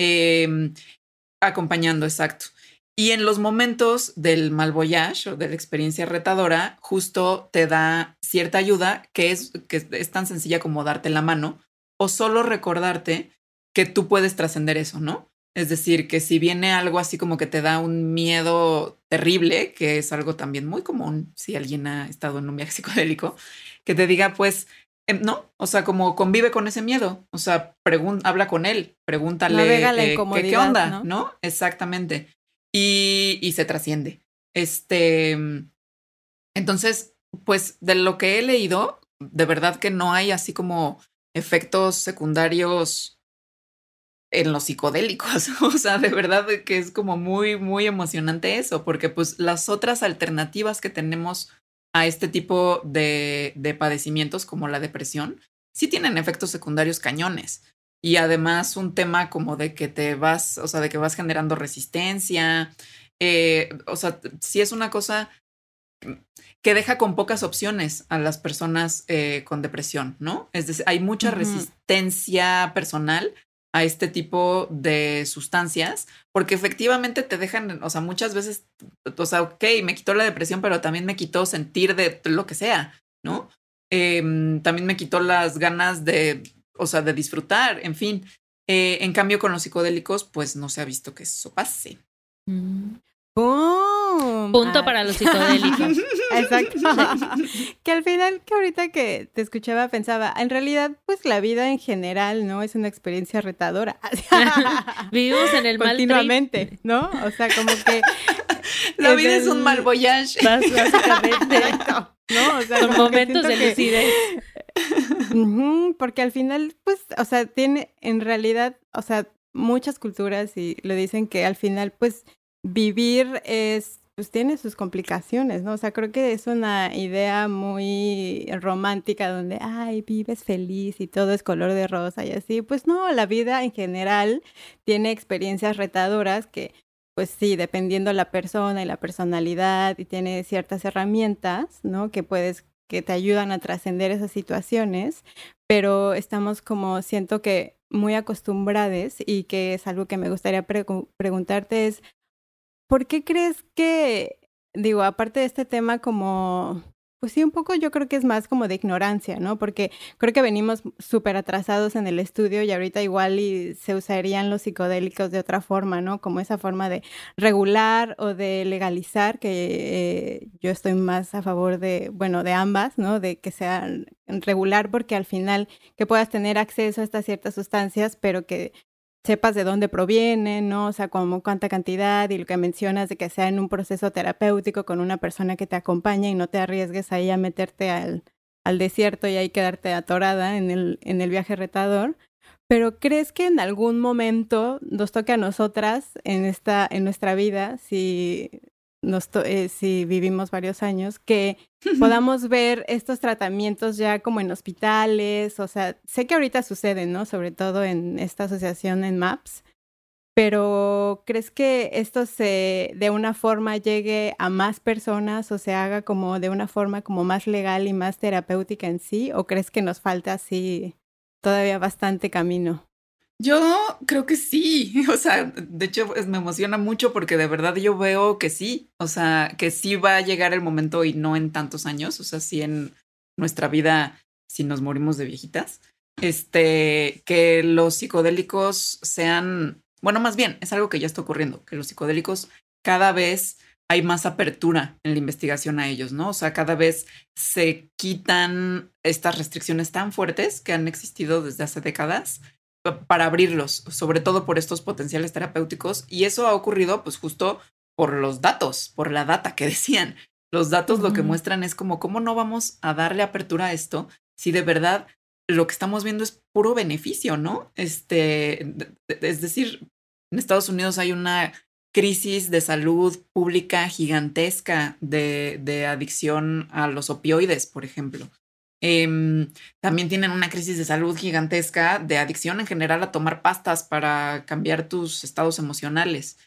[SPEAKER 3] acompañando, exacto. Y en los momentos del mal voyage o de la experiencia retadora, justo te da cierta ayuda que es tan sencilla como darte la mano o solo recordarte que tú puedes trascender eso, ¿no? Es decir, que si viene algo así como que te da un miedo terrible, que es algo también muy común si alguien ha estado en un viaje psicodélico, que te diga, pues, no, o sea, como convive con ese miedo, o sea, habla con él, pregúntale qué onda, ¿no? Exactamente. Y se trasciende. Entonces, pues de lo que he leído, de verdad que no hay así como efectos secundarios en los psicodélicos. O sea, de verdad que es como muy, muy emocionante eso, porque pues las otras alternativas que tenemos a este tipo de padecimientos como la depresión, sí tienen efectos secundarios cañones. Y además un tema como de que de que vas generando resistencia. O sea, sí es una cosa que deja con pocas opciones a las personas con depresión, ¿no? Es decir, hay mucha resistencia personal a este tipo de sustancias, porque efectivamente te dejan, o sea, muchas veces, o sea, ok, me quitó la depresión, pero también me quitó sentir de lo que sea, ¿no? También me quitó las ganas de disfrutar, en fin. En cambio, con los psicodélicos, pues no se ha visto que eso pase.
[SPEAKER 2] ¡Pum!
[SPEAKER 1] Punto para los psicodélicos.
[SPEAKER 2] Exacto. Que al final, que ahorita que te escuchaba, pensaba, en realidad, pues la vida en general, ¿no? Es una experiencia retadora.
[SPEAKER 1] Vivimos en el mal trip.
[SPEAKER 2] Continuamente, ¿no? O sea, como que...
[SPEAKER 3] La vida es un mal voyage.
[SPEAKER 1] Básicamente.
[SPEAKER 2] Exacto. ¿No? O sea,
[SPEAKER 1] con momentos de lucidez.
[SPEAKER 2] Porque al final, pues, o sea, tiene en realidad, o sea, muchas culturas y le dicen que al final, pues, vivir es, pues, tiene sus complicaciones, ¿no? O sea, creo que es una idea muy romántica donde, ay, vives feliz y todo es color de rosa y así. Pues no, la vida en general tiene experiencias retadoras que, pues sí, dependiendo la persona y la personalidad y tiene ciertas herramientas, ¿no? Que te ayudan a trascender esas situaciones, pero estamos como, siento que muy acostumbrados y que es algo que me gustaría preguntarte es, ¿por qué crees que, digo, aparte de este tema como, pues sí, un poco yo creo que es más como de ignorancia, ¿no? Porque creo que venimos súper atrasados en el estudio y ahorita igual y se usarían los psicodélicos de otra forma, ¿no? Como esa forma de regular o de legalizar, que yo estoy más a favor de, bueno, de ambas, ¿no? De que sean regular porque al final que puedas tener acceso a estas ciertas sustancias, pero que sepas de dónde provienen, ¿no? O sea, como cuánta cantidad y lo que mencionas de que sea en un proceso terapéutico con una persona que te acompaña y no te arriesgues ahí a meterte al desierto y ahí quedarte atorada en el viaje retador. Pero ¿crees que en algún momento nos toque a nosotras en nuestra vida, si vivimos varios años, que podamos ver estos tratamientos ya como en hospitales? O sea, sé que ahorita suceden, ¿no? Sobre todo en esta asociación en MAPS, pero ¿crees que esto de una forma llegue a más personas o se haga como de una forma como más legal y más terapéutica en sí? ¿O crees que nos falta así todavía bastante camino?
[SPEAKER 3] Yo creo que sí, o sea, de hecho me emociona mucho porque de verdad yo veo que sí, o sea, que sí va a llegar el momento y no en tantos años, o sea, sí en nuestra vida, si nos morimos de viejitas, que los psicodélicos sean, bueno, más bien, es algo que ya está ocurriendo, que los psicodélicos cada vez hay más apertura en la investigación a ellos, ¿no? O sea, cada vez se quitan estas restricciones tan fuertes que han existido desde hace décadas para abrirlos, sobre todo por estos potenciales terapéuticos. Y eso ha ocurrido pues justo por los datos, por la data que decían. Los datos lo que muestran es como cómo no vamos a darle apertura a esto si de verdad lo que estamos viendo es puro beneficio, ¿no? Es decir, en Estados Unidos hay una crisis de salud pública gigantesca de adicción a los opioides, por ejemplo. También tienen una crisis de salud gigantesca de adicción en general a tomar pastas para cambiar tus estados emocionales.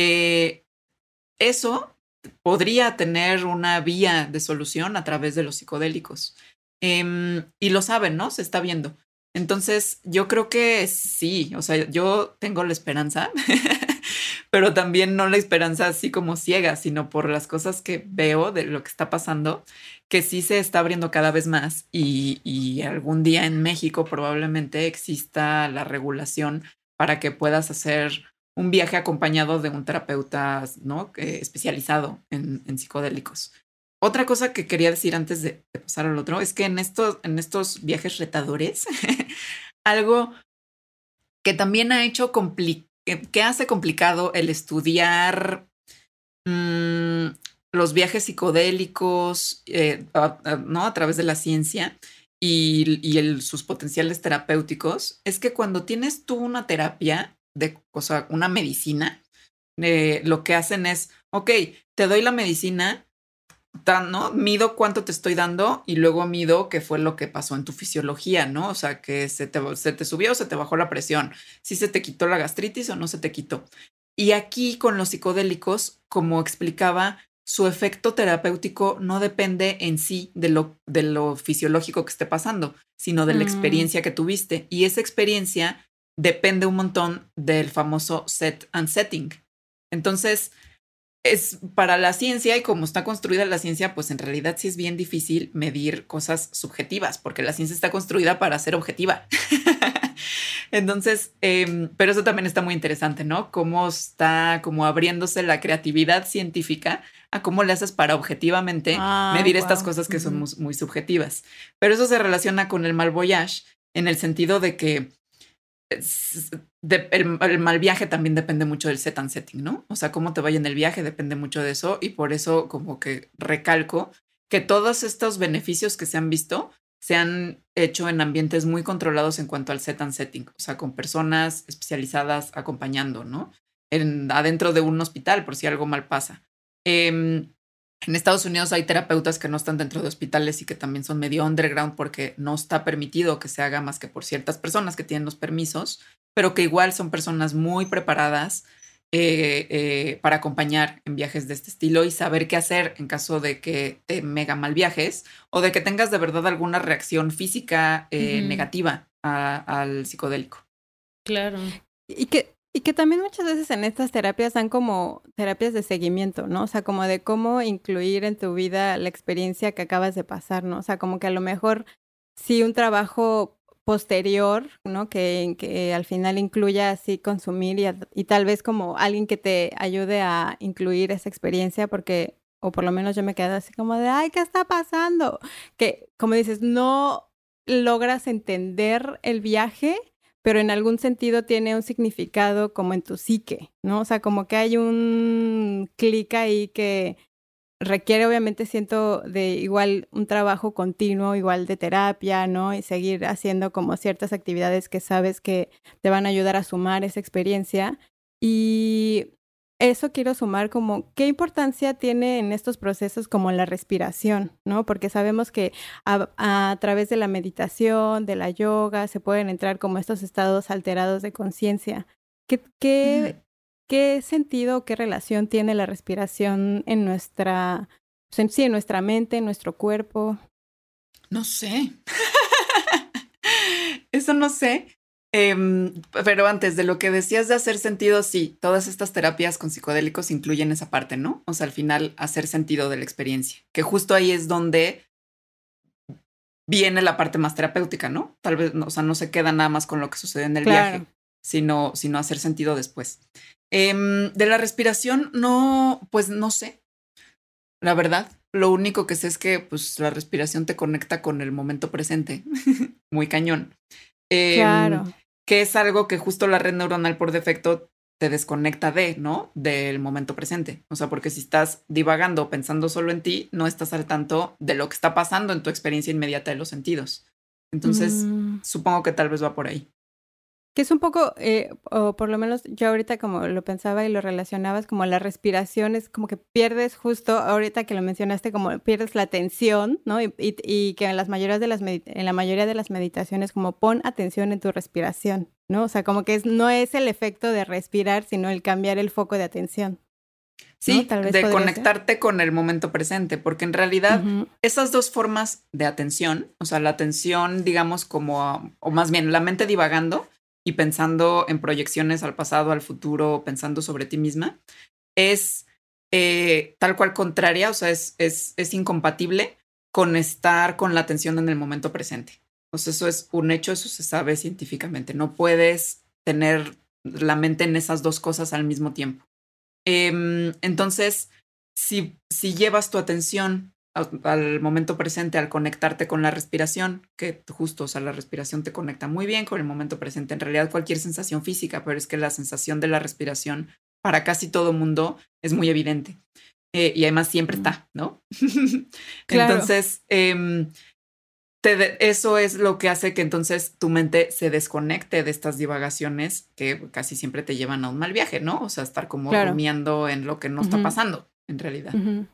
[SPEAKER 3] Eso podría tener una vía de solución a través de los psicodélicos. Y lo saben, ¿no? Se está viendo. Entonces, yo creo que sí, o sea, yo tengo la esperanza, pero también no la esperanza así como ciega, sino por las cosas que veo de lo que está pasando, que sí se está abriendo cada vez más y algún día en México probablemente exista la regulación para que puedas hacer un viaje acompañado de un terapeuta, ¿no? Especializado en psicodélicos. Otra cosa que quería decir antes de pasar al otro es que en estos viajes retadores, algo que también ha hecho que hace complicado el estudiar los viajes psicodélicos, ¿no? A través de la ciencia y sus potenciales terapéuticos, es que cuando tienes tú una terapia, o sea, una medicina, lo que hacen es, ok, te doy la medicina, ¿no? Mido cuánto te estoy dando y luego mido qué fue lo que pasó en tu fisiología, ¿no? O sea, que se te subió o se te bajó la presión, si se te quitó la gastritis o no se te quitó. Y aquí con los psicodélicos, como explicaba, su efecto terapéutico no depende en sí de lo fisiológico que esté pasando, sino de la experiencia que tuviste. Y esa experiencia depende un montón del famoso set and setting. Entonces, es para la ciencia y como está construida la ciencia, pues en realidad sí es bien difícil medir cosas subjetivas, porque la ciencia está construida para ser objetiva. Entonces, pero eso también está muy interesante, ¿no? Cómo está como abriéndose la creatividad científica a cómo le haces para objetivamente medir estas cosas que son muy subjetivas. Pero eso se relaciona con el mal voyage en el sentido de que el mal viaje también depende mucho del set and setting, ¿no? O sea, cómo te vaya en el viaje depende mucho de eso y por eso como que recalco que todos estos beneficios que se han visto se han hecho en ambientes muy controlados en cuanto al set and setting, o sea, con personas especializadas acompañando, ¿no? Adentro de un hospital, por si algo mal pasa. En Estados Unidos hay terapeutas que no están dentro de hospitales y que también son medio underground porque no está permitido que se haga más que por ciertas personas que tienen los permisos, pero que igual son personas muy preparadas para acompañar en viajes de este estilo y saber qué hacer en caso de que te mega mal viajes o de que tengas de verdad alguna reacción física negativa al psicodélico.
[SPEAKER 1] Claro.
[SPEAKER 2] Y que también muchas veces en estas terapias dan como terapias de seguimiento, ¿no? O sea, como de cómo incluir en tu vida la experiencia que acabas de pasar, ¿no? O sea, como que a lo mejor sí un trabajo posterior, ¿no? Que al final incluya así consumir y tal vez como alguien que te ayude a incluir esa experiencia porque, o por lo menos yo me quedo así como de, ay, ¿qué está pasando? Que, como dices, no logras entender el viaje, pero en algún sentido tiene un significado como en tu psique, ¿no? O sea, como que hay un clic ahí que requiere, obviamente, siento de igual un trabajo continuo, igual de terapia, ¿no? Y seguir haciendo como ciertas actividades que sabes que te van a ayudar a sumar esa experiencia. Y eso quiero sumar como qué importancia tiene en estos procesos como la respiración, ¿no? Porque sabemos que a través de la meditación, de la yoga, se pueden entrar como estos estados alterados de conciencia. ¿Qué sentido o qué relación tiene la respiración en nuestra, sí, en nuestra mente, en nuestro cuerpo?
[SPEAKER 3] No sé. Eso no sé. Pero antes de lo que decías de hacer sentido, sí, todas estas terapias con psicodélicos incluyen esa parte, ¿no? O sea, al final hacer sentido de la experiencia, que justo ahí es donde viene la parte más terapéutica, ¿no? Tal vez, o sea, no se queda nada más con lo que sucede en el viaje, sino hacer sentido después. De la respiración, no, pues no sé. La verdad, lo único que sé es que pues la respiración te conecta con el momento presente. Muy cañón.
[SPEAKER 2] Claro.
[SPEAKER 3] Que es algo que justo la red neuronal por defecto te desconecta ¿no? Del momento presente. O sea, porque si estás divagando, pensando solo en ti, no estás al tanto de lo que está pasando en tu experiencia inmediata de los sentidos. Entonces, supongo que tal vez va por ahí.
[SPEAKER 2] Que es un poco, o por lo menos yo ahorita como lo pensaba y lo relacionabas, como la respiración es como que pierdes justo, ahorita que lo mencionaste, como pierdes la atención, ¿no? Y que en la mayoría de las meditaciones como pon atención en tu respiración, ¿no? O sea, como que no es el efecto de respirar, sino el cambiar el foco de atención.
[SPEAKER 3] Sí, ¿no? Tal vez de conectarte con el momento presente, porque en realidad esas dos formas de atención, o sea, la atención, digamos, como, o más bien la mente divagando, y pensando en proyecciones al pasado, al futuro, pensando sobre ti misma, es tal cual contraria, o sea, es incompatible con estar con la atención en el momento presente. O sea, eso es un hecho, eso se sabe científicamente. No puedes tener la mente en esas dos cosas al mismo tiempo. Entonces, si llevas tu atención al momento presente, al conectarte con la respiración, que justo, o sea, la respiración te conecta muy bien con el momento presente. En realidad, cualquier sensación física, pero es que la sensación de la respiración para casi todo mundo es muy evidente. Y además siempre está, ¿no? Claro. Entonces, eso es lo que hace que entonces tu mente se desconecte de estas divagaciones que casi siempre te llevan a un mal viaje, ¿no? O sea, estar como rumiando en lo que no está pasando, en realidad.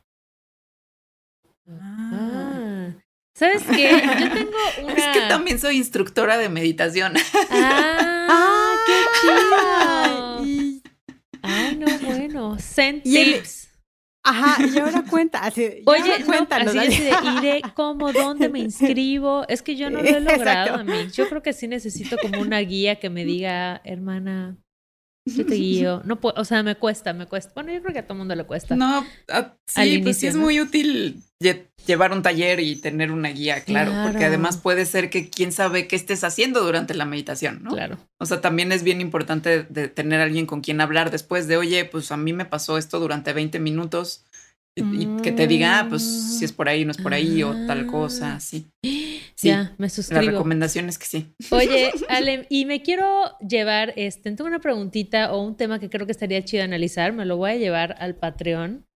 [SPEAKER 1] ¿Sabes qué? Yo tengo una...
[SPEAKER 3] Es que también soy instructora de meditación.
[SPEAKER 1] ¡Qué chido! Ay, no, bueno. Zen tips.
[SPEAKER 2] Y ahora cuenta.
[SPEAKER 1] Oye, cuéntanos. Así de ¿cómo? ¿Dónde me inscribo? Es que yo no lo he logrado, amigo. Yo creo que sí necesito como una guía que me diga, hermana, yo te guío. No puedo, o sea, me cuesta. Bueno, yo creo que a todo el mundo le cuesta.
[SPEAKER 3] No, sí, pues sí es muy útil llevar un taller y tener una guía, claro, porque además puede ser que quién sabe qué estés haciendo durante la meditación, ¿no?
[SPEAKER 1] Claro.
[SPEAKER 3] O sea, también es bien importante de tener a alguien con quien hablar después de, oye, pues a mí me pasó esto durante 20 minutos y que te diga, pues si es por ahí, no es por ahí o tal cosa, sí. Sí,
[SPEAKER 1] ya, me suscribo.
[SPEAKER 3] La recomendación es que sí.
[SPEAKER 1] Oye, Ale, y me quiero llevar, tengo una preguntita o un tema que creo que estaría chido analizar, me lo voy a llevar al Patreon.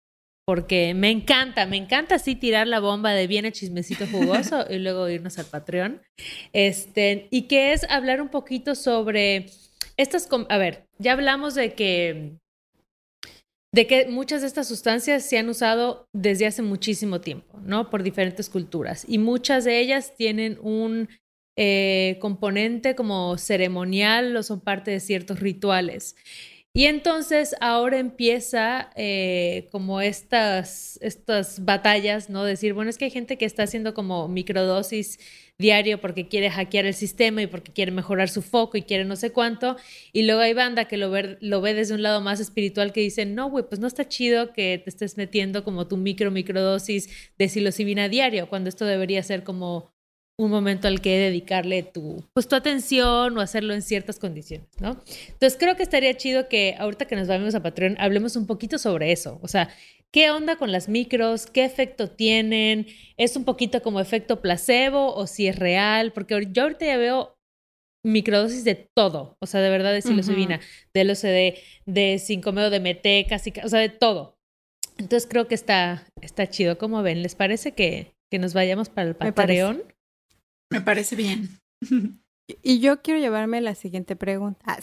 [SPEAKER 1] porque me encanta así tirar la bomba de viene chismecito jugoso y luego irnos al Patreon. Y que es hablar un poquito sobre a ver, ya hablamos de que muchas de estas sustancias se han usado desde hace muchísimo tiempo, ¿no? Por diferentes culturas. Y muchas de ellas tienen un componente como ceremonial o son parte de ciertos rituales. Y entonces ahora empieza como estas batallas, ¿no? Decir, bueno, es que hay gente que está haciendo como microdosis diario porque quiere hackear el sistema y porque quiere mejorar su foco y quiere no sé cuánto. Y luego hay banda que lo ve desde un lado más espiritual que dice, no, güey, pues no está chido que te estés metiendo como tu microdosis de psilocibina diario, cuando esto debería ser como un momento al que dedicarle tu atención o hacerlo en ciertas condiciones, ¿no? Entonces creo que estaría chido que ahorita que nos vamos a Patreon hablemos un poquito sobre eso. O sea, ¿qué onda con las micros? ¿Qué efecto tienen? ¿Es un poquito como efecto placebo o si es real? Porque yo ahorita ya veo microdosis de todo. O sea, de verdad de psilocibina, de LSD, de 5-meo, de MT, casi, o sea, de todo. Entonces creo que está chido. ¿Cómo ven? ¿Les parece que nos vayamos para el Patreon?
[SPEAKER 3] Me parece bien.
[SPEAKER 2] Y yo quiero llevarme la siguiente pregunta.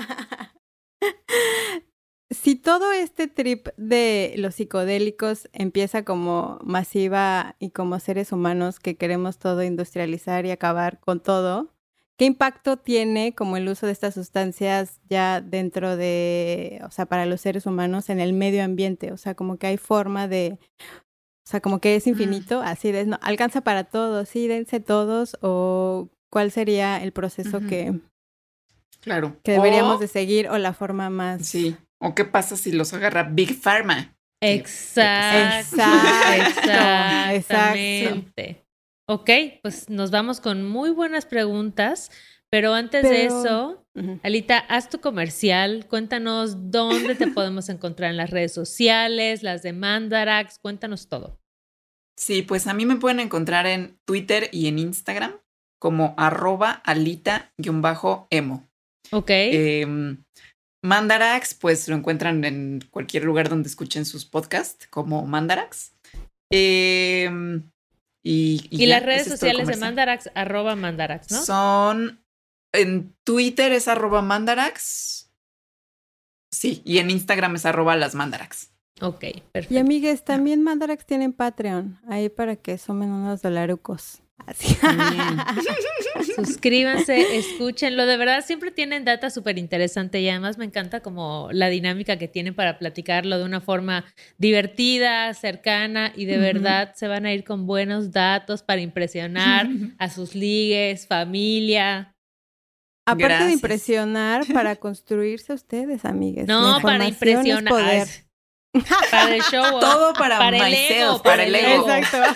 [SPEAKER 2] Si todo este trip de los psicodélicos empieza como masiva y como seres humanos que queremos todo industrializar y acabar con todo, ¿qué impacto tiene como el uso de estas sustancias ya dentro de, o sea, para los seres humanos en el medio ambiente? O sea, como que hay forma de... O sea, como que es infinito, así de, no, alcanza para todos, sí, dense todos, o cuál sería el proceso que deberíamos de seguir, o la forma más...
[SPEAKER 3] Sí, o qué pasa si los agarra Big Pharma.
[SPEAKER 1] Exactamente. Ok, pues nos vamos con muy buenas preguntas, pero antes de eso, Alita, haz tu comercial, cuéntanos dónde te podemos encontrar en las redes sociales, las de Mandarax, cuéntanos todo.
[SPEAKER 3] Sí, pues a mí me pueden encontrar en Twitter y en Instagram como @alita_emo.
[SPEAKER 1] Ok.
[SPEAKER 3] Mandarax, pues lo encuentran en cualquier lugar donde escuchen sus podcasts, como Mandarax. Y
[SPEAKER 1] las redes sociales de Mandarax, @Mandarax, ¿no?
[SPEAKER 3] Son, en Twitter es @Mandarax. Sí, y en Instagram es @lasmandarax.
[SPEAKER 1] Ok, perfecto.
[SPEAKER 2] Y amigues, también Mandarax tienen Patreon, ahí para que sumen unos dolarucos. Así.
[SPEAKER 1] Suscríbanse, escúchenlo, de verdad siempre tienen data súper interesante y además me encanta como la dinámica que tienen para platicarlo de una forma divertida, cercana y de verdad se van a ir con buenos datos para impresionar a sus ligues, familia.
[SPEAKER 2] Aparte de impresionar, para construirse ustedes, amigues.
[SPEAKER 1] No, para impresionar.
[SPEAKER 2] Poder.
[SPEAKER 1] Para el show.
[SPEAKER 3] Todo para
[SPEAKER 1] el ego.
[SPEAKER 3] Para el ego.
[SPEAKER 2] Exacto.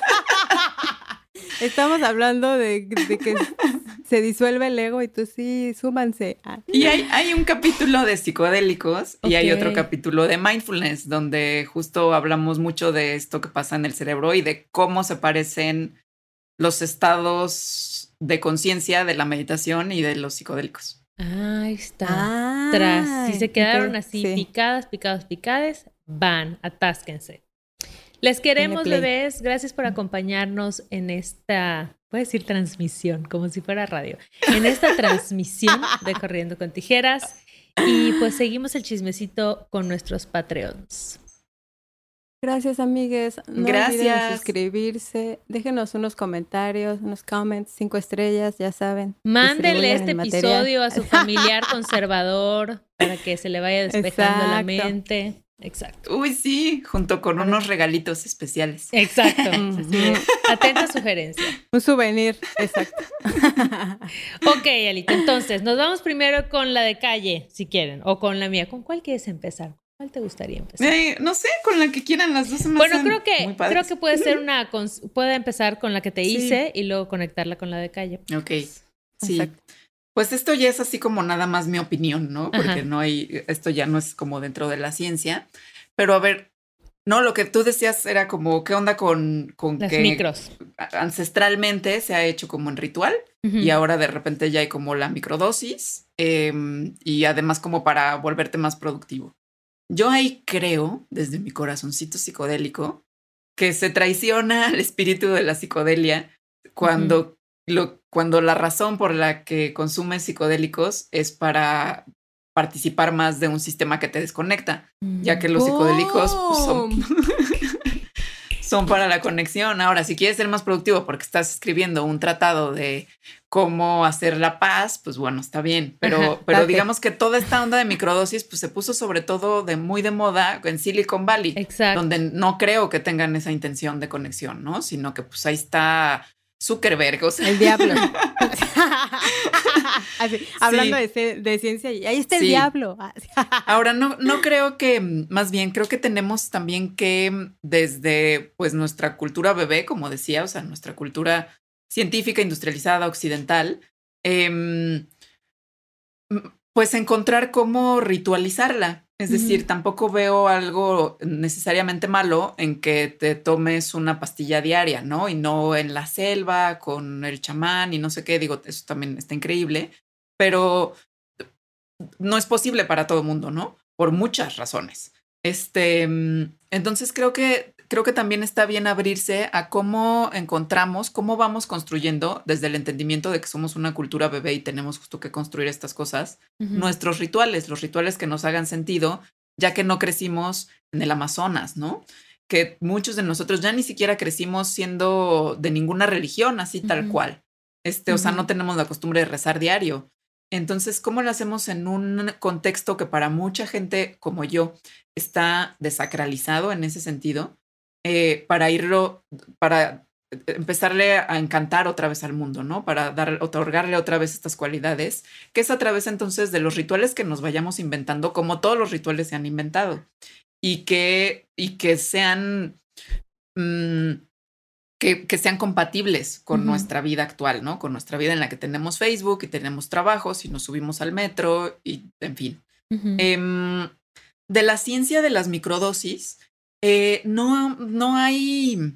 [SPEAKER 2] Estamos hablando de que se disuelve el ego y tú sí, súmanse.
[SPEAKER 3] Y hay un capítulo de psicodélicos y hay otro capítulo de mindfulness donde justo hablamos mucho de esto que pasa en el cerebro y de cómo se parecen los estados de conciencia de la meditación y de los psicodélicos.
[SPEAKER 1] Ahí está. Si se quedaron así picadas, van, atásquense. Les queremos, bebés. Gracias por acompañarnos en esta, voy a decir transmisión, como si fuera radio, en esta transmisión de Corriendo con Tijeras. Y pues seguimos el chismecito con nuestros Patreons.
[SPEAKER 2] Gracias, amigues. No olviden suscribirse. Déjenos unos comentarios, unos comments, 5 estrellas, ya saben.
[SPEAKER 1] Mándenle este episodio a su familiar conservador para que se le vaya despejando la mente. Exacto.
[SPEAKER 3] Uy, sí, junto con unos regalitos especiales.
[SPEAKER 1] Exacto. Atenta sugerencia.
[SPEAKER 2] Un souvenir, exacto.
[SPEAKER 1] Ok, Alita, entonces, nos vamos primero con la de calle, si quieren, o con la mía. ¿Con cuál quieres empezar? ¿Cuál te gustaría empezar?
[SPEAKER 3] No sé, con la que quieran, las dos.
[SPEAKER 1] Bueno, creo que puede ser puede empezar con la que te hice y luego conectarla con la de calle.
[SPEAKER 3] Ok, sí. Exacto. Pues esto ya es así como nada más mi opinión, ¿no? Porque esto ya no es como dentro de la ciencia. Pero a ver, no, lo que tú decías era como, ¿qué onda con
[SPEAKER 1] las
[SPEAKER 3] que
[SPEAKER 1] micros?
[SPEAKER 3] Ancestralmente se ha hecho como en ritual y ahora de repente ya hay como la microdosis y además como para volverte más productivo. Yo ahí creo, desde mi corazoncito psicodélico, que se traiciona al espíritu de la psicodelia cuando, cuando la razón por la que consumes psicodélicos es para participar más de un sistema que te desconecta, ya que los psicodélicos pues, son para la conexión. Ahora, si quieres ser más productivo porque estás escribiendo un tratado de cómo hacer la paz, pues bueno, está bien. Pero digamos que toda esta onda de microdosis pues se puso sobre todo muy de moda en Silicon Valley.
[SPEAKER 1] Exacto.
[SPEAKER 3] Donde no creo que tengan esa intención de conexión, ¿no? Sino que pues ahí está Zuckerberg, o sea.
[SPEAKER 2] El diablo. Así, hablando de ciencia, ahí está el diablo.
[SPEAKER 3] Ahora, no creo que, más bien, creo que tenemos también que desde pues nuestra cultura bebé, como decía, o sea, nuestra cultura científica, industrializada, occidental, pues encontrar cómo ritualizarla. Es decir, tampoco veo algo necesariamente malo en que te tomes una pastilla diaria, ¿no? Y no en la selva con el chamán y no sé qué. Digo, eso también está increíble, pero no es posible para todo el mundo, ¿no? Por muchas razones. Entonces creo que también está bien abrirse a cómo encontramos, cómo vamos construyendo desde el entendimiento de que somos una cultura bebé y tenemos justo que construir estas cosas, nuestros rituales, los rituales que nos hagan sentido, ya que no crecimos en el Amazonas, ¿no? Que muchos de nosotros ya ni siquiera crecimos siendo de ninguna religión, así tal cual. O sea, no tenemos la costumbre de rezar diario. Entonces, ¿cómo lo hacemos en un contexto que para mucha gente como yo está desacralizado en ese sentido? Para empezarle a encantar otra vez al mundo, ¿no? Para otorgarle otra vez estas cualidades, que es a través entonces de los rituales que nos vayamos inventando, como todos los rituales se han inventado, y que sean que sean compatibles con nuestra vida actual, ¿no? Con nuestra vida en la que tenemos Facebook y tenemos trabajos y nos subimos al metro y en fin. De la ciencia de las microdosis, no hay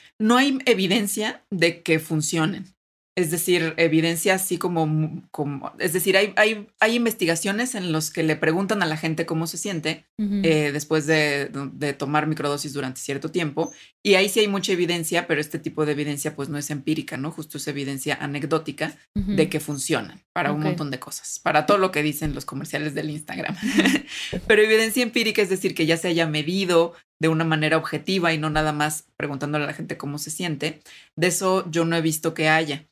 [SPEAKER 3] evidencia de que funcionen. Es decir, evidencia así como es decir, hay investigaciones en los que le preguntan a la gente cómo se siente después de tomar microdosis durante cierto tiempo. Y ahí sí hay mucha evidencia, pero este tipo de evidencia pues no es empírica, ¿no? Justo es evidencia anecdótica de que funcionan para un montón de cosas, para todo lo que dicen los comerciales del Instagram. Pero evidencia empírica, es decir, que ya se haya medido de una manera objetiva y no nada más preguntándole a la gente cómo se siente. De eso yo no he visto que haya.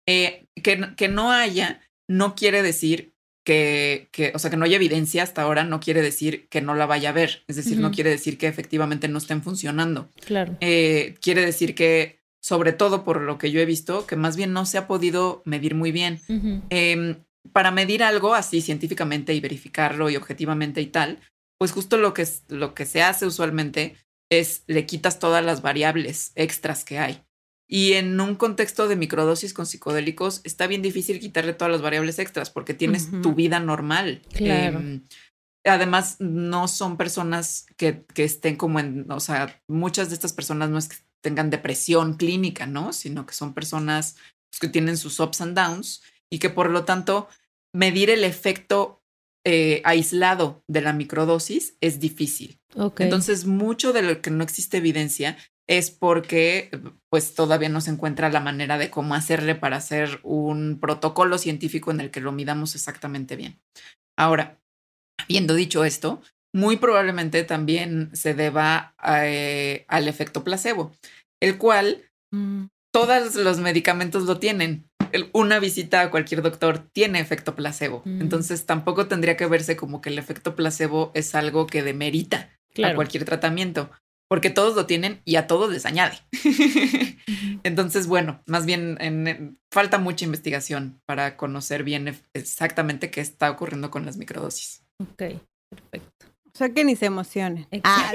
[SPEAKER 3] Que no haya no quiere decir o sea, que no haya evidencia hasta ahora no quiere decir que no la vaya a ver. Es decir, no quiere decir que efectivamente no estén funcionando.
[SPEAKER 1] Claro.
[SPEAKER 3] Quiere decir que, sobre todo por lo que yo he visto, que más bien no se ha podido medir muy bien. Para medir algo así científicamente y verificarlo y objetivamente y tal, pues justo lo que se hace usualmente es le quitas todas las variables extras que hay. Y en un contexto de microdosis con psicodélicos está bien difícil quitarle todas las variables extras porque tienes tu vida normal.
[SPEAKER 1] Claro.
[SPEAKER 3] Además, no son personas que estén como o sea, muchas de estas personas no es que tengan depresión clínica, ¿no? Sino que son personas que tienen sus ups and downs y que por lo tanto medir el efecto aislado de la microdosis es difícil.
[SPEAKER 1] Okay.
[SPEAKER 3] Entonces, mucho de lo que no existe evidencia es porque pues todavía no se encuentra la manera de cómo hacerle para hacer un protocolo científico en el que lo midamos exactamente bien. Ahora, habiendo dicho esto, muy probablemente también se deba al efecto placebo, el cual todos los medicamentos lo tienen. Una visita a cualquier doctor tiene efecto placebo. Entonces tampoco tendría que verse como que el efecto placebo es algo que demerita a cualquier tratamiento, porque todos lo tienen y a todos les añade. Entonces, bueno, más bien falta mucha investigación para conocer bien exactamente qué está ocurriendo con las microdosis.
[SPEAKER 1] Ok, perfecto.
[SPEAKER 2] O sea, que ni se emocionen.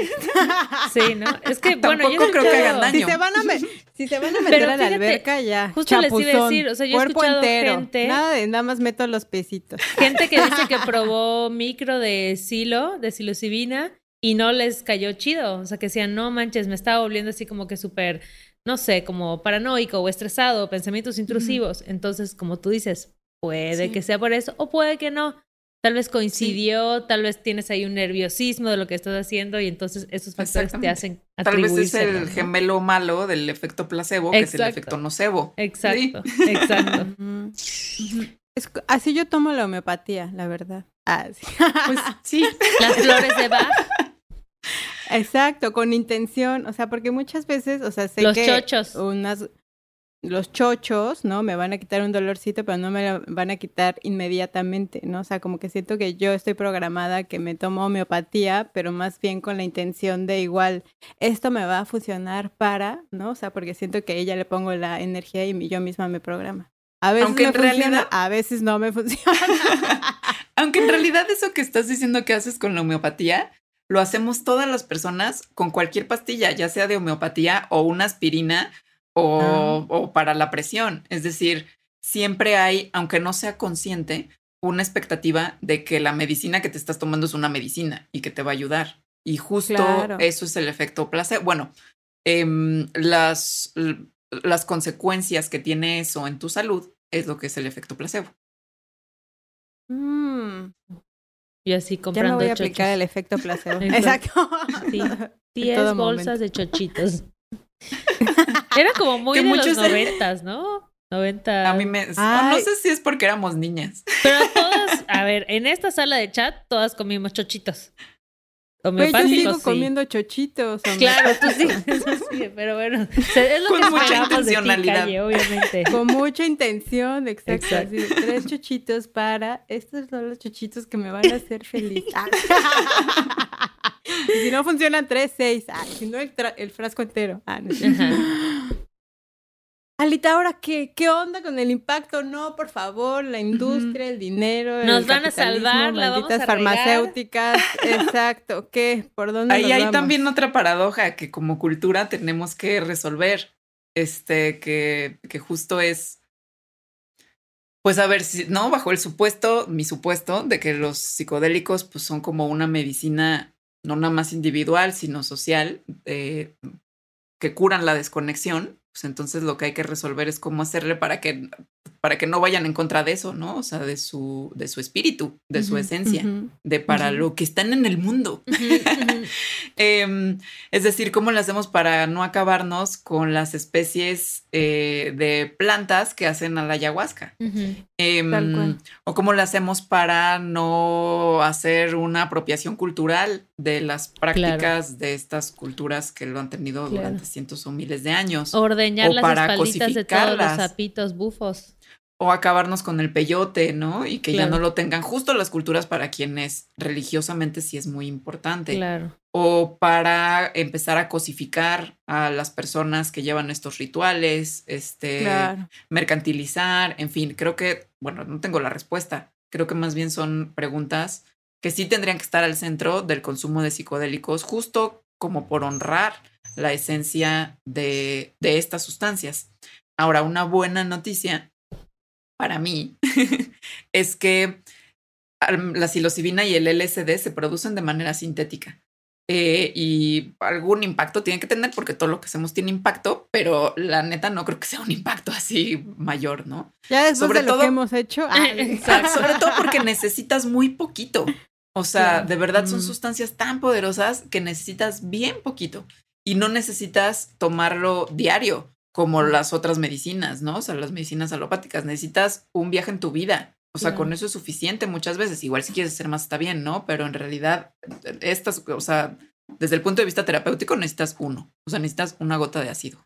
[SPEAKER 1] Sí, ¿no? Es que, bueno,
[SPEAKER 3] tampoco
[SPEAKER 1] yo
[SPEAKER 3] creo que hagan daño.
[SPEAKER 2] Si se van a meter a la alberca, ya.
[SPEAKER 1] Justo chapuzón, les iba a decir, o sea, yo he escuchado
[SPEAKER 2] entero,
[SPEAKER 1] gente...
[SPEAKER 2] Nada más meto los pesitos.
[SPEAKER 1] Gente que dice que probó micro de psilocibina y no les cayó chido. O sea, que decían, no manches, me estaba volviendo así como que súper, no sé, como paranoico o estresado, pensamientos intrusivos. Entonces, como tú dices, puede que sea por eso o puede que no. tal vez coincidió, tal vez tienes ahí un nerviosismo de lo que estás haciendo y entonces esos factores te hacen atribuirse.
[SPEAKER 3] Tal vez es el gemelo malo del efecto placebo, que es el efecto nocebo.
[SPEAKER 1] Exacto, exacto.
[SPEAKER 2] Así yo tomo la homeopatía, la verdad. Sí.
[SPEAKER 3] Pues sí.
[SPEAKER 1] Las flores de Bach.
[SPEAKER 2] Exacto, con intención, o sea, porque muchas veces, o sea, sé
[SPEAKER 1] los
[SPEAKER 2] que
[SPEAKER 1] chochos.
[SPEAKER 2] Los chochos, ¿no? Me van a quitar un dolorcito, pero no me lo van a quitar inmediatamente, ¿no? O sea, como que siento que yo estoy programada que me tomo homeopatía, pero más bien con la intención de igual, esto me va a funcionar para, ¿no? O sea, porque siento que ella le pongo la energía y yo misma me programa. A veces
[SPEAKER 3] Aunque
[SPEAKER 2] me funciona,
[SPEAKER 3] realidad,
[SPEAKER 2] a veces no me funciona.
[SPEAKER 3] Aunque en realidad eso que estás diciendo que haces con la homeopatía, lo hacemos todas las personas con cualquier pastilla, ya sea de homeopatía o una aspirina o para la presión. Es decir, siempre hay, aunque no sea consciente, una expectativa de que la medicina que te estás tomando es una medicina y que te va a ayudar. Y justo eso es el efecto placebo. Bueno, las consecuencias que tiene eso en tu salud es lo que es el efecto placebo.
[SPEAKER 1] Y así comprando
[SPEAKER 2] ya me voy a
[SPEAKER 1] chochos.
[SPEAKER 2] aplicar el efecto placebo. Exacto.
[SPEAKER 1] Sí, 10 bolsas de chochitos. Era como muy de los 90s, ¿no? 90.
[SPEAKER 3] A mí no sé si es porque éramos niñas.
[SPEAKER 1] Pero todas, a ver, en esta sala de chat todas comimos chochitos.
[SPEAKER 2] Pues yo sigo comiendo chochitos.
[SPEAKER 1] Claro, tú sí, eso sí, pero bueno, es lo
[SPEAKER 3] con
[SPEAKER 1] que
[SPEAKER 3] mucha
[SPEAKER 1] intencionalidad. De ti, Calle, obviamente.
[SPEAKER 2] Con mucha intención, exacto. Así, 3 chochitos para, estos son los chochitos que me van a hacer feliz. Y si no funcionan 3, 6. Si no el frasco entero. No. Alita, ahora qué onda con el impacto? No, por favor, la industria, el dinero,
[SPEAKER 1] nos van a salvar, la vamos a
[SPEAKER 2] farmacéuticas, exacto. ¿Qué? ¿Por dónde
[SPEAKER 3] ahí
[SPEAKER 2] nos
[SPEAKER 3] hay
[SPEAKER 2] vamos?
[SPEAKER 3] también otra paradoja que como cultura tenemos que resolver, que justo es, pues a ver, no, bajo mi supuesto de que los psicodélicos pues son como una medicina no nada más individual, sino social, que curan la desconexión. Pues entonces lo que hay que resolver es cómo hacerle para que no vayan en contra de eso, ¿no? O sea, de su espíritu, de su esencia, de para lo que están en el mundo. Es decir, ¿cómo lo hacemos para no acabarnos con las especies de plantas que hacen a la ayahuasca?
[SPEAKER 2] Tal cual.
[SPEAKER 3] O cómo lo hacemos para no hacer una apropiación cultural de las prácticas de estas culturas que lo han tenido durante cientos o miles de años.
[SPEAKER 1] Ordeñar las espalditas de todos los sapitos bufos.
[SPEAKER 3] O acabarnos con el peyote, ¿no? Y que ya no lo tengan justo las culturas para quienes religiosamente sí es muy importante.
[SPEAKER 1] Claro.
[SPEAKER 3] O para empezar a cosificar a las personas que llevan estos rituales, mercantilizar, en fin, creo que, bueno, no tengo la respuesta. Creo que más bien son preguntas que sí tendrían que estar al centro del consumo de psicodélicos, justo como por honrar la esencia de estas sustancias. Ahora, una buena noticia para mí es que la psilocibina y el LSD se producen de manera sintética. Y algún impacto tiene que tener porque todo lo que hacemos tiene impacto, pero la neta no creo que sea un impacto así mayor, ¿no?
[SPEAKER 2] Ya después de lo que hemos hecho.
[SPEAKER 3] Sobre todo porque necesitas muy poquito. O sea, de verdad son sustancias tan poderosas que necesitas bien poquito y no necesitas tomarlo diario como las otras medicinas, ¿no? O sea, las medicinas alopáticas. Necesitas un viaje en tu vida. O sea, con eso es suficiente muchas veces. Igual si quieres hacer más está bien, ¿no? Pero en realidad, o sea, desde el punto de vista terapéutico necesitas uno. O sea, necesitas una gota de ácido.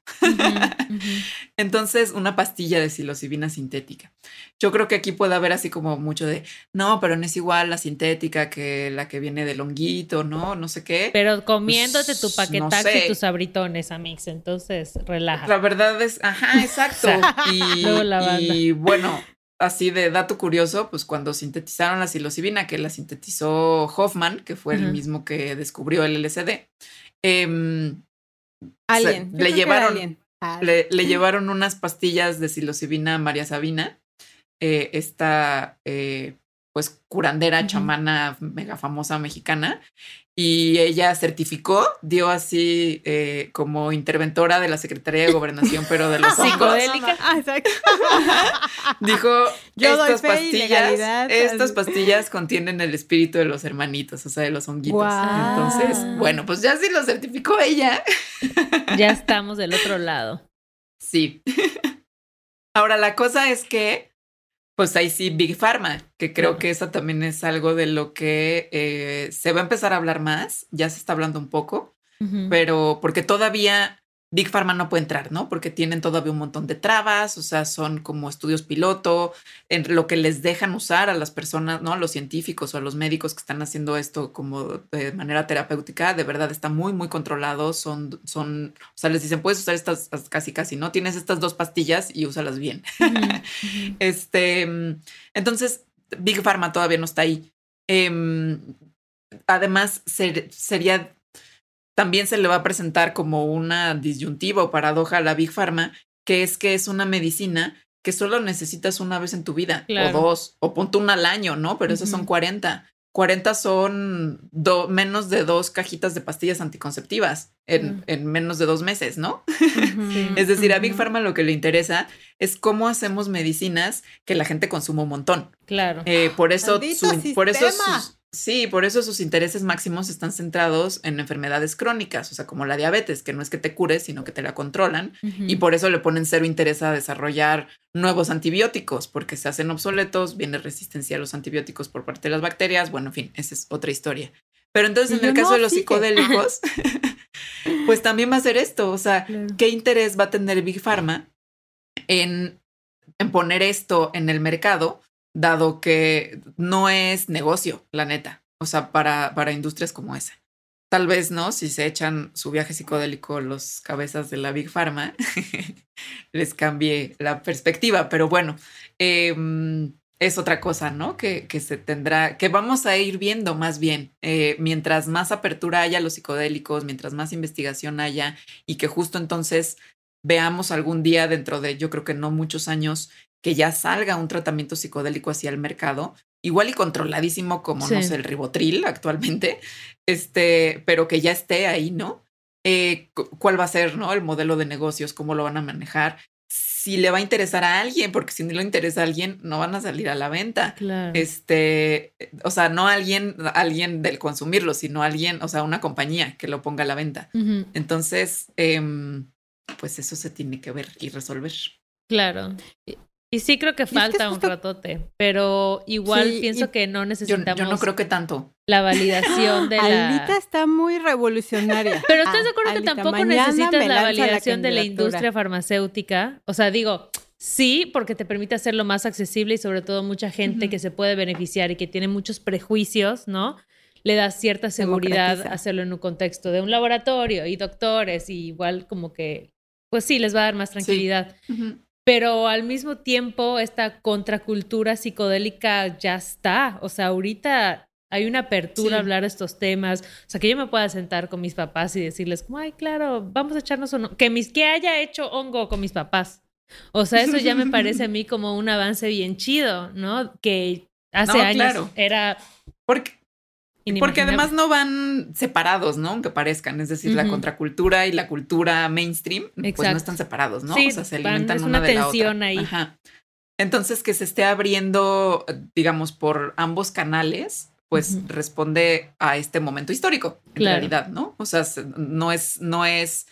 [SPEAKER 3] Entonces, una pastilla de psilocibina sintética. Yo creo que aquí puede haber así como mucho de, no, pero no es igual la sintética que la que viene del honguito, ¿no? No sé qué.
[SPEAKER 1] Pero comiéndote pues, tu paquetaxo y tus abritones, Amix. Entonces, relaja.
[SPEAKER 3] La verdad es, exacto. Y bueno, así de dato curioso, pues cuando sintetizaron la psilocibina, que la sintetizó Hoffman, que fue el mismo que descubrió el LSD, le llevaron unas pastillas de psilocibina a María Sabina, esta pues curandera, chamana mega famosa mexicana, y ella certificó, dio así como interventora de la Secretaría de Gobernación, pero de los hongos.
[SPEAKER 2] Exacto.
[SPEAKER 3] Dijo,
[SPEAKER 2] yo doy fe y legalidad.
[SPEAKER 3] Estas pastillas contienen el espíritu de los hermanitos, o sea, de los honguitos.
[SPEAKER 2] Wow.
[SPEAKER 3] Entonces, bueno, pues ya sí lo certificó ella.
[SPEAKER 1] Ya estamos del otro lado.
[SPEAKER 3] Sí. Ahora, la cosa es que pues ahí sí, Big Pharma, que creo que eso también es algo de lo que se va a empezar a hablar más. Ya se está hablando un poco, pero porque todavía Big Pharma no puede entrar, ¿no? Porque tienen todavía un montón de trabas, o sea, son como estudios piloto, en lo que les dejan usar a las personas, ¿no? A los científicos o a los médicos que están haciendo esto como de manera terapéutica, de verdad está muy, muy controlado. O sea, les dicen, puedes usar estas casi, ¿no? Tienes estas 2 pastillas y úsalas bien. Entonces, Big Pharma todavía no está ahí. Además, sería... También se le va a presentar como una disyuntiva o paradoja a la Big Pharma, que es una medicina que solo necesitas una vez en tu vida, claro, o 2, o ponte una al año, ¿no? Pero esas son 40. 40 son menos de 2 cajitas de pastillas anticonceptivas en menos de 2 meses, ¿no? Es decir, a Big Pharma lo que le interesa es cómo hacemos medicinas que la gente consuma un montón.
[SPEAKER 1] Claro.
[SPEAKER 3] Por eso sus intereses máximos están centrados en enfermedades crónicas, o sea, como la diabetes, que no es que te cures, sino que te la controlan. Y por eso le ponen cero interés a desarrollar nuevos antibióticos, porque se hacen obsoletos, viene resistencia a los antibióticos por parte de las bacterias. Bueno, en fin, esa es otra historia. Pero entonces en el caso de los psicodélicos, pues también va a ser esto. O sea, claro, ¿qué interés va a tener Big Pharma en poner esto en el mercado? Dado que no es negocio, la neta. O sea, para industrias como esa. Tal vez, ¿no? Si se echan su viaje psicodélico los cabezas de la Big Pharma, les cambie la perspectiva. Pero bueno, es otra cosa, ¿no? Que se tendrá, que vamos a ir viendo más bien. Mientras más apertura haya a los psicodélicos, mientras más investigación haya, y que justo entonces veamos algún día dentro de, yo creo que no muchos años, que ya salga un tratamiento psicodélico hacia el mercado, igual y controladísimo como, no sé, el Ribotril actualmente, pero que ya esté ahí, ¿no? ¿Cuál va a ser, no? El modelo de negocios, cómo lo van a manejar, si le va a interesar a alguien, porque si no le interesa a alguien, no van a salir a la venta.
[SPEAKER 1] Claro.
[SPEAKER 3] O sea, no alguien del consumirlo, sino alguien, o sea, una compañía que lo ponga a la venta. Entonces, pues eso se tiene que ver y resolver.
[SPEAKER 1] Claro. Y sí creo que falta un ratote, pero igual pienso que no necesitamos...
[SPEAKER 3] Yo no creo que tanto.
[SPEAKER 1] La validación de
[SPEAKER 2] Alita está muy revolucionaria.
[SPEAKER 1] Pero ¿estás de acuerdo que tampoco necesitas la validación de la industria farmacéutica? O sea, digo, sí, porque te permite hacerlo más accesible y sobre todo mucha gente que se puede beneficiar y que tiene muchos prejuicios, ¿no? Le da cierta seguridad hacerlo en un contexto de un laboratorio y doctores y igual como que, pues sí, les va a dar más tranquilidad. Sí. Pero al mismo tiempo, esta contracultura psicodélica ya está. O sea, ahorita hay una apertura a hablar de estos temas. O sea, que yo me pueda sentar con mis papás y decirles como, ay, claro, vamos a echarnos hongo. Que haya hecho hongo con mis papás. O sea, eso ya me parece a mí como un avance bien chido, ¿no? Que hace años era...
[SPEAKER 3] Porque además no van separados, ¿no? Aunque parezcan. Es decir, la contracultura y la cultura mainstream, pues no están separados, ¿no?
[SPEAKER 1] Sí,
[SPEAKER 3] o sea, se alimentan una de la otra.
[SPEAKER 1] Ahí.
[SPEAKER 3] Ajá. Entonces, que se esté abriendo, digamos, por ambos canales, pues responde a este momento histórico, en realidad, ¿no? O sea, no es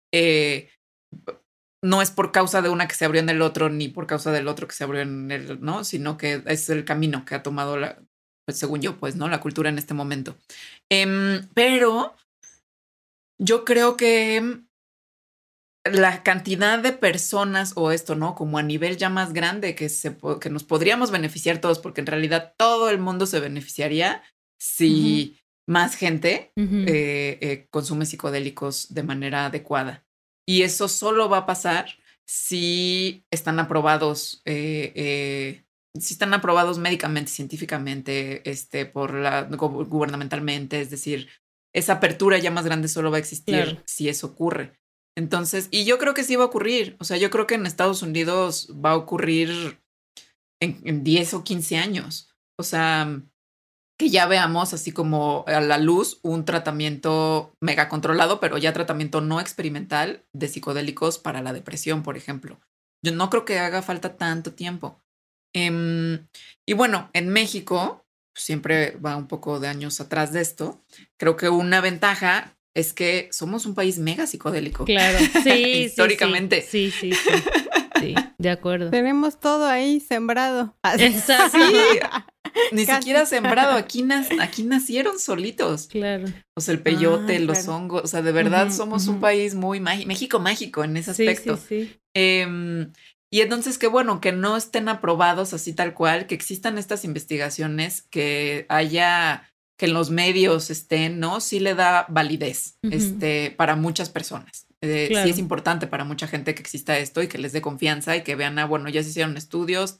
[SPEAKER 3] por causa de una que se abrió en el otro, ni por causa del otro que se abrió en el, ¿no? Sino que es el camino que ha tomado pues según yo, pues, ¿no? La cultura en este momento. Pero yo creo que la cantidad de personas o esto, ¿no? Como a nivel ya más grande que nos podríamos beneficiar todos, porque en realidad todo el mundo se beneficiaría si más gente consume psicodélicos de manera adecuada. Y eso solo va a pasar si están aprobados si están aprobados médicamente, científicamente, gubernamentalmente, es decir, esa apertura ya más grande solo va a existir si eso ocurre. Entonces, y yo creo que sí va a ocurrir. O sea, yo creo que en Estados Unidos va a ocurrir en 10 o 15 años. O sea, que ya veamos así como a la luz un tratamiento mega controlado, pero ya tratamiento no experimental de psicodélicos para la depresión, por ejemplo. Yo no creo que haga falta tanto tiempo. Y bueno, en México, siempre va un poco de años atrás de esto, creo que una ventaja es que somos un país mega psicodélico.
[SPEAKER 1] Claro, sí.
[SPEAKER 3] Históricamente.
[SPEAKER 1] Sí, de acuerdo.
[SPEAKER 2] Tenemos todo ahí sembrado.
[SPEAKER 1] Exacto.
[SPEAKER 3] Sí, ni siquiera sembrado. Aquí nacieron solitos.
[SPEAKER 1] Claro.
[SPEAKER 3] O sea, el peyote, los
[SPEAKER 2] claro.
[SPEAKER 3] hongos. O sea, de verdad somos un país muy México mágico en ese aspecto.
[SPEAKER 1] Sí.
[SPEAKER 3] Y entonces, qué bueno que no estén aprobados así tal cual, que existan estas investigaciones, que en los medios estén, ¿no? Sí le da validez para muchas personas.
[SPEAKER 1] Claro.
[SPEAKER 3] Sí es importante para mucha gente que exista esto y que les dé confianza y que vean, bueno, ya se hicieron estudios,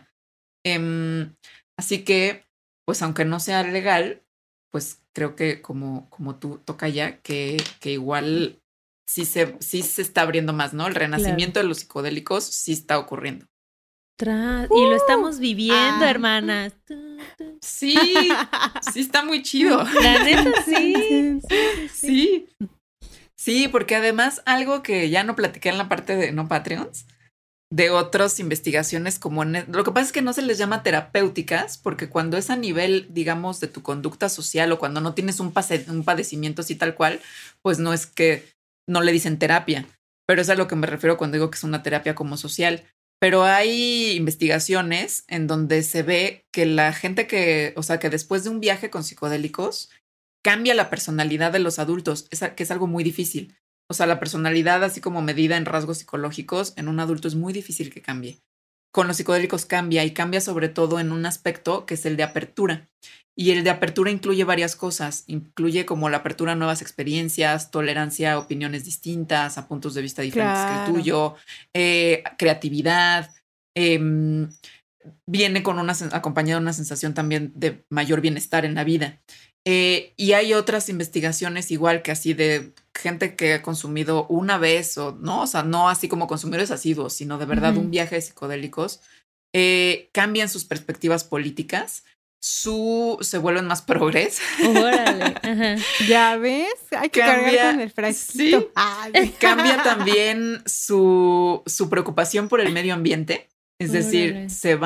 [SPEAKER 3] así que, pues aunque no sea legal, pues creo que como tú toca ya, que igual sí se está abriendo más, ¿no? El renacimiento de los psicodélicos sí está ocurriendo.
[SPEAKER 1] Y lo estamos viviendo, hermanas.
[SPEAKER 3] Sí está muy chido.
[SPEAKER 1] La neta, sí.
[SPEAKER 3] Sí, porque además algo que ya no platiqué en la parte de No Patreons, de otras investigaciones como lo que pasa es que no se les llama terapéuticas, porque cuando es a nivel, digamos, de tu conducta social o cuando no tienes un padecimiento así tal cual, pues no es que no le dicen terapia, pero es a lo que me refiero cuando digo que es una terapia como social. Pero hay investigaciones en donde se ve que la gente que después de un viaje con psicodélicos cambia la personalidad de los adultos, que es algo muy difícil. O sea, la personalidad, así como medida en rasgos psicológicos, en un adulto es muy difícil que cambie. Con los psicodélicos cambia, y cambia sobre todo en un aspecto que es el de apertura. Y el de apertura incluye varias cosas. Incluye como la apertura a nuevas experiencias, tolerancia a opiniones distintas, a puntos de vista diferentes que el tuyo, creatividad. Viene con acompañado de una sensación también de mayor bienestar en la vida. Y hay otras investigaciones igual que así de gente que ha consumido una vez o sea, no así como consumidores asiduos, sino de verdad un viaje de psicodélicos, cambian sus perspectivas políticas, se vuelven más progres.
[SPEAKER 1] Órale. Ajá.
[SPEAKER 2] ¿Ya ves? Hay que cargar con el frasquito.
[SPEAKER 3] Sí. Cambia también su preocupación por el medio ambiente. Es decir,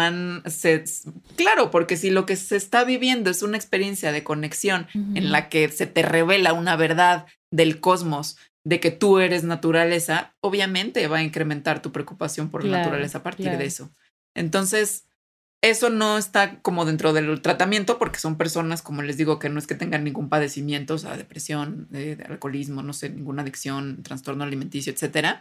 [SPEAKER 3] claro, porque si lo que se está viviendo es una experiencia de conexión en la que se te revela una verdad del cosmos, de que tú eres naturaleza, obviamente va a incrementar tu preocupación por la naturaleza a partir de eso. Entonces, eso no está como dentro del tratamiento porque son personas, como les digo, que no es que tengan ningún padecimiento, o sea, depresión, de alcoholismo, no sé, ninguna adicción, trastorno alimenticio, etcétera.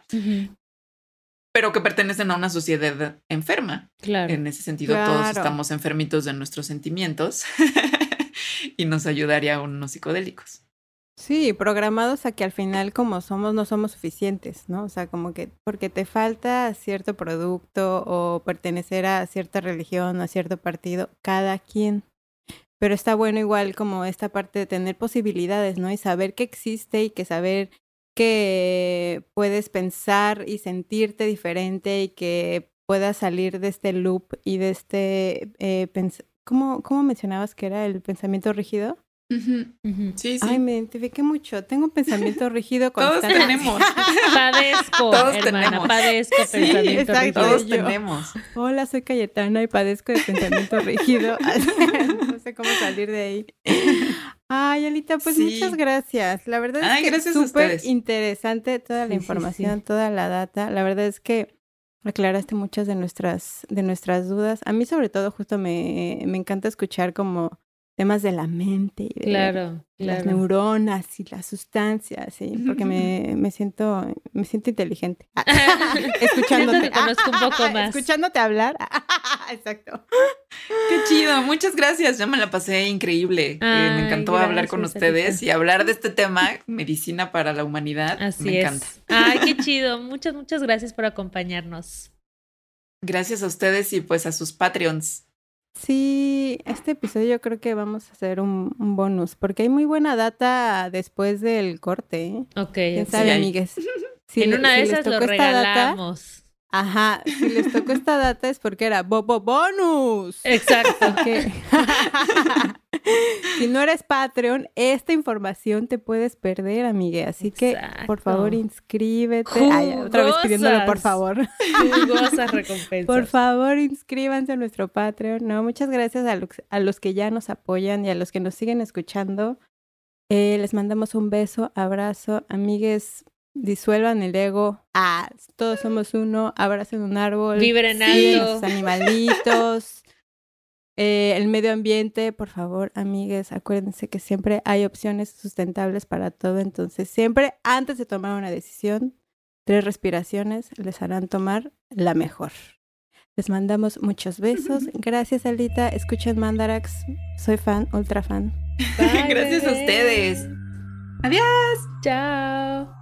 [SPEAKER 3] Pero que pertenecen a una sociedad enferma. Claro. En ese sentido, todos estamos enfermitos de nuestros sentimientos y nos ayudaría unos psicodélicos.
[SPEAKER 2] Sí, programados a que al final como somos, no somos suficientes, ¿no? O sea, como que porque te falta cierto producto o pertenecer a cierta religión o a cierto partido, cada quien. Pero está bueno igual como esta parte de tener posibilidades, ¿no? Y saber que existe y que saber que puedes pensar y sentirte diferente y que puedas salir de este loop y de este... ¿Cómo mencionabas que era el pensamiento rígido?
[SPEAKER 3] Sí.
[SPEAKER 2] Ay, me identifiqué mucho. Tengo un pensamiento rígido constante.
[SPEAKER 3] Todos tenemos.
[SPEAKER 1] Padezco,
[SPEAKER 3] todos
[SPEAKER 1] hermana,
[SPEAKER 3] tenemos.
[SPEAKER 1] Padezco pensamiento rígido.
[SPEAKER 3] Todos tenemos.
[SPEAKER 2] Hola, soy Cayetana y padezco de pensamiento rígido. No sé cómo salir de ahí. Ay, Alita, pues muchas gracias. La verdad es que es súper interesante toda la información, toda la data. La verdad es que aclaraste muchas de nuestras dudas. A mí sobre todo justo me encanta escuchar como temas de la mente y de las neuronas y las sustancias, ¿sí? Porque me siento inteligente. Escuchándote.
[SPEAKER 1] Te conozco un poco más.
[SPEAKER 2] Escuchándote hablar. Exacto.
[SPEAKER 3] Qué chido, muchas gracias. Ya me la pasé increíble. Me encantó hablar con ustedes y hablar de este tema, medicina para la humanidad. Me encanta.
[SPEAKER 1] Ay, qué chido. Muchas gracias por acompañarnos.
[SPEAKER 3] Gracias a ustedes y pues a sus Patreons.
[SPEAKER 2] Sí, este episodio yo creo que vamos a hacer un bonus, porque hay muy buena data después del corte, ¿eh?
[SPEAKER 1] Ok.
[SPEAKER 2] ¿Quién sabe, amigues?
[SPEAKER 1] En una de esas lo regalamos.
[SPEAKER 2] Ajá, si les tocó esta data es porque era bonus.
[SPEAKER 1] Exacto.
[SPEAKER 2] Okay. Si no eres Patreon, esta información te puedes perder, amigue. Así que, por favor, inscríbete. Ay, otra vez pidiéndolo, por favor.
[SPEAKER 1] Jugosas recompensas.
[SPEAKER 2] Por favor, inscríbanse a nuestro Patreon. No, muchas gracias a los que ya nos apoyan y a los que nos siguen escuchando. Les mandamos un beso, abrazo. Amigues, disuelvan el ego. Todos somos uno. Abracen un árbol.
[SPEAKER 1] Vibren
[SPEAKER 2] Cuiden
[SPEAKER 1] alto.
[SPEAKER 2] a sus animalitos. El medio ambiente, por favor, amigues, acuérdense que siempre hay opciones sustentables para todo. Entonces, siempre antes de tomar una decisión, 3 respiraciones les harán tomar la mejor. Les mandamos muchos besos. Gracias, Alita. Escuchen Mandarax. Soy fan, ultra fan.
[SPEAKER 1] Bye,
[SPEAKER 3] Gracias a
[SPEAKER 1] bebé.
[SPEAKER 3] ustedes. Adiós.
[SPEAKER 1] Chao.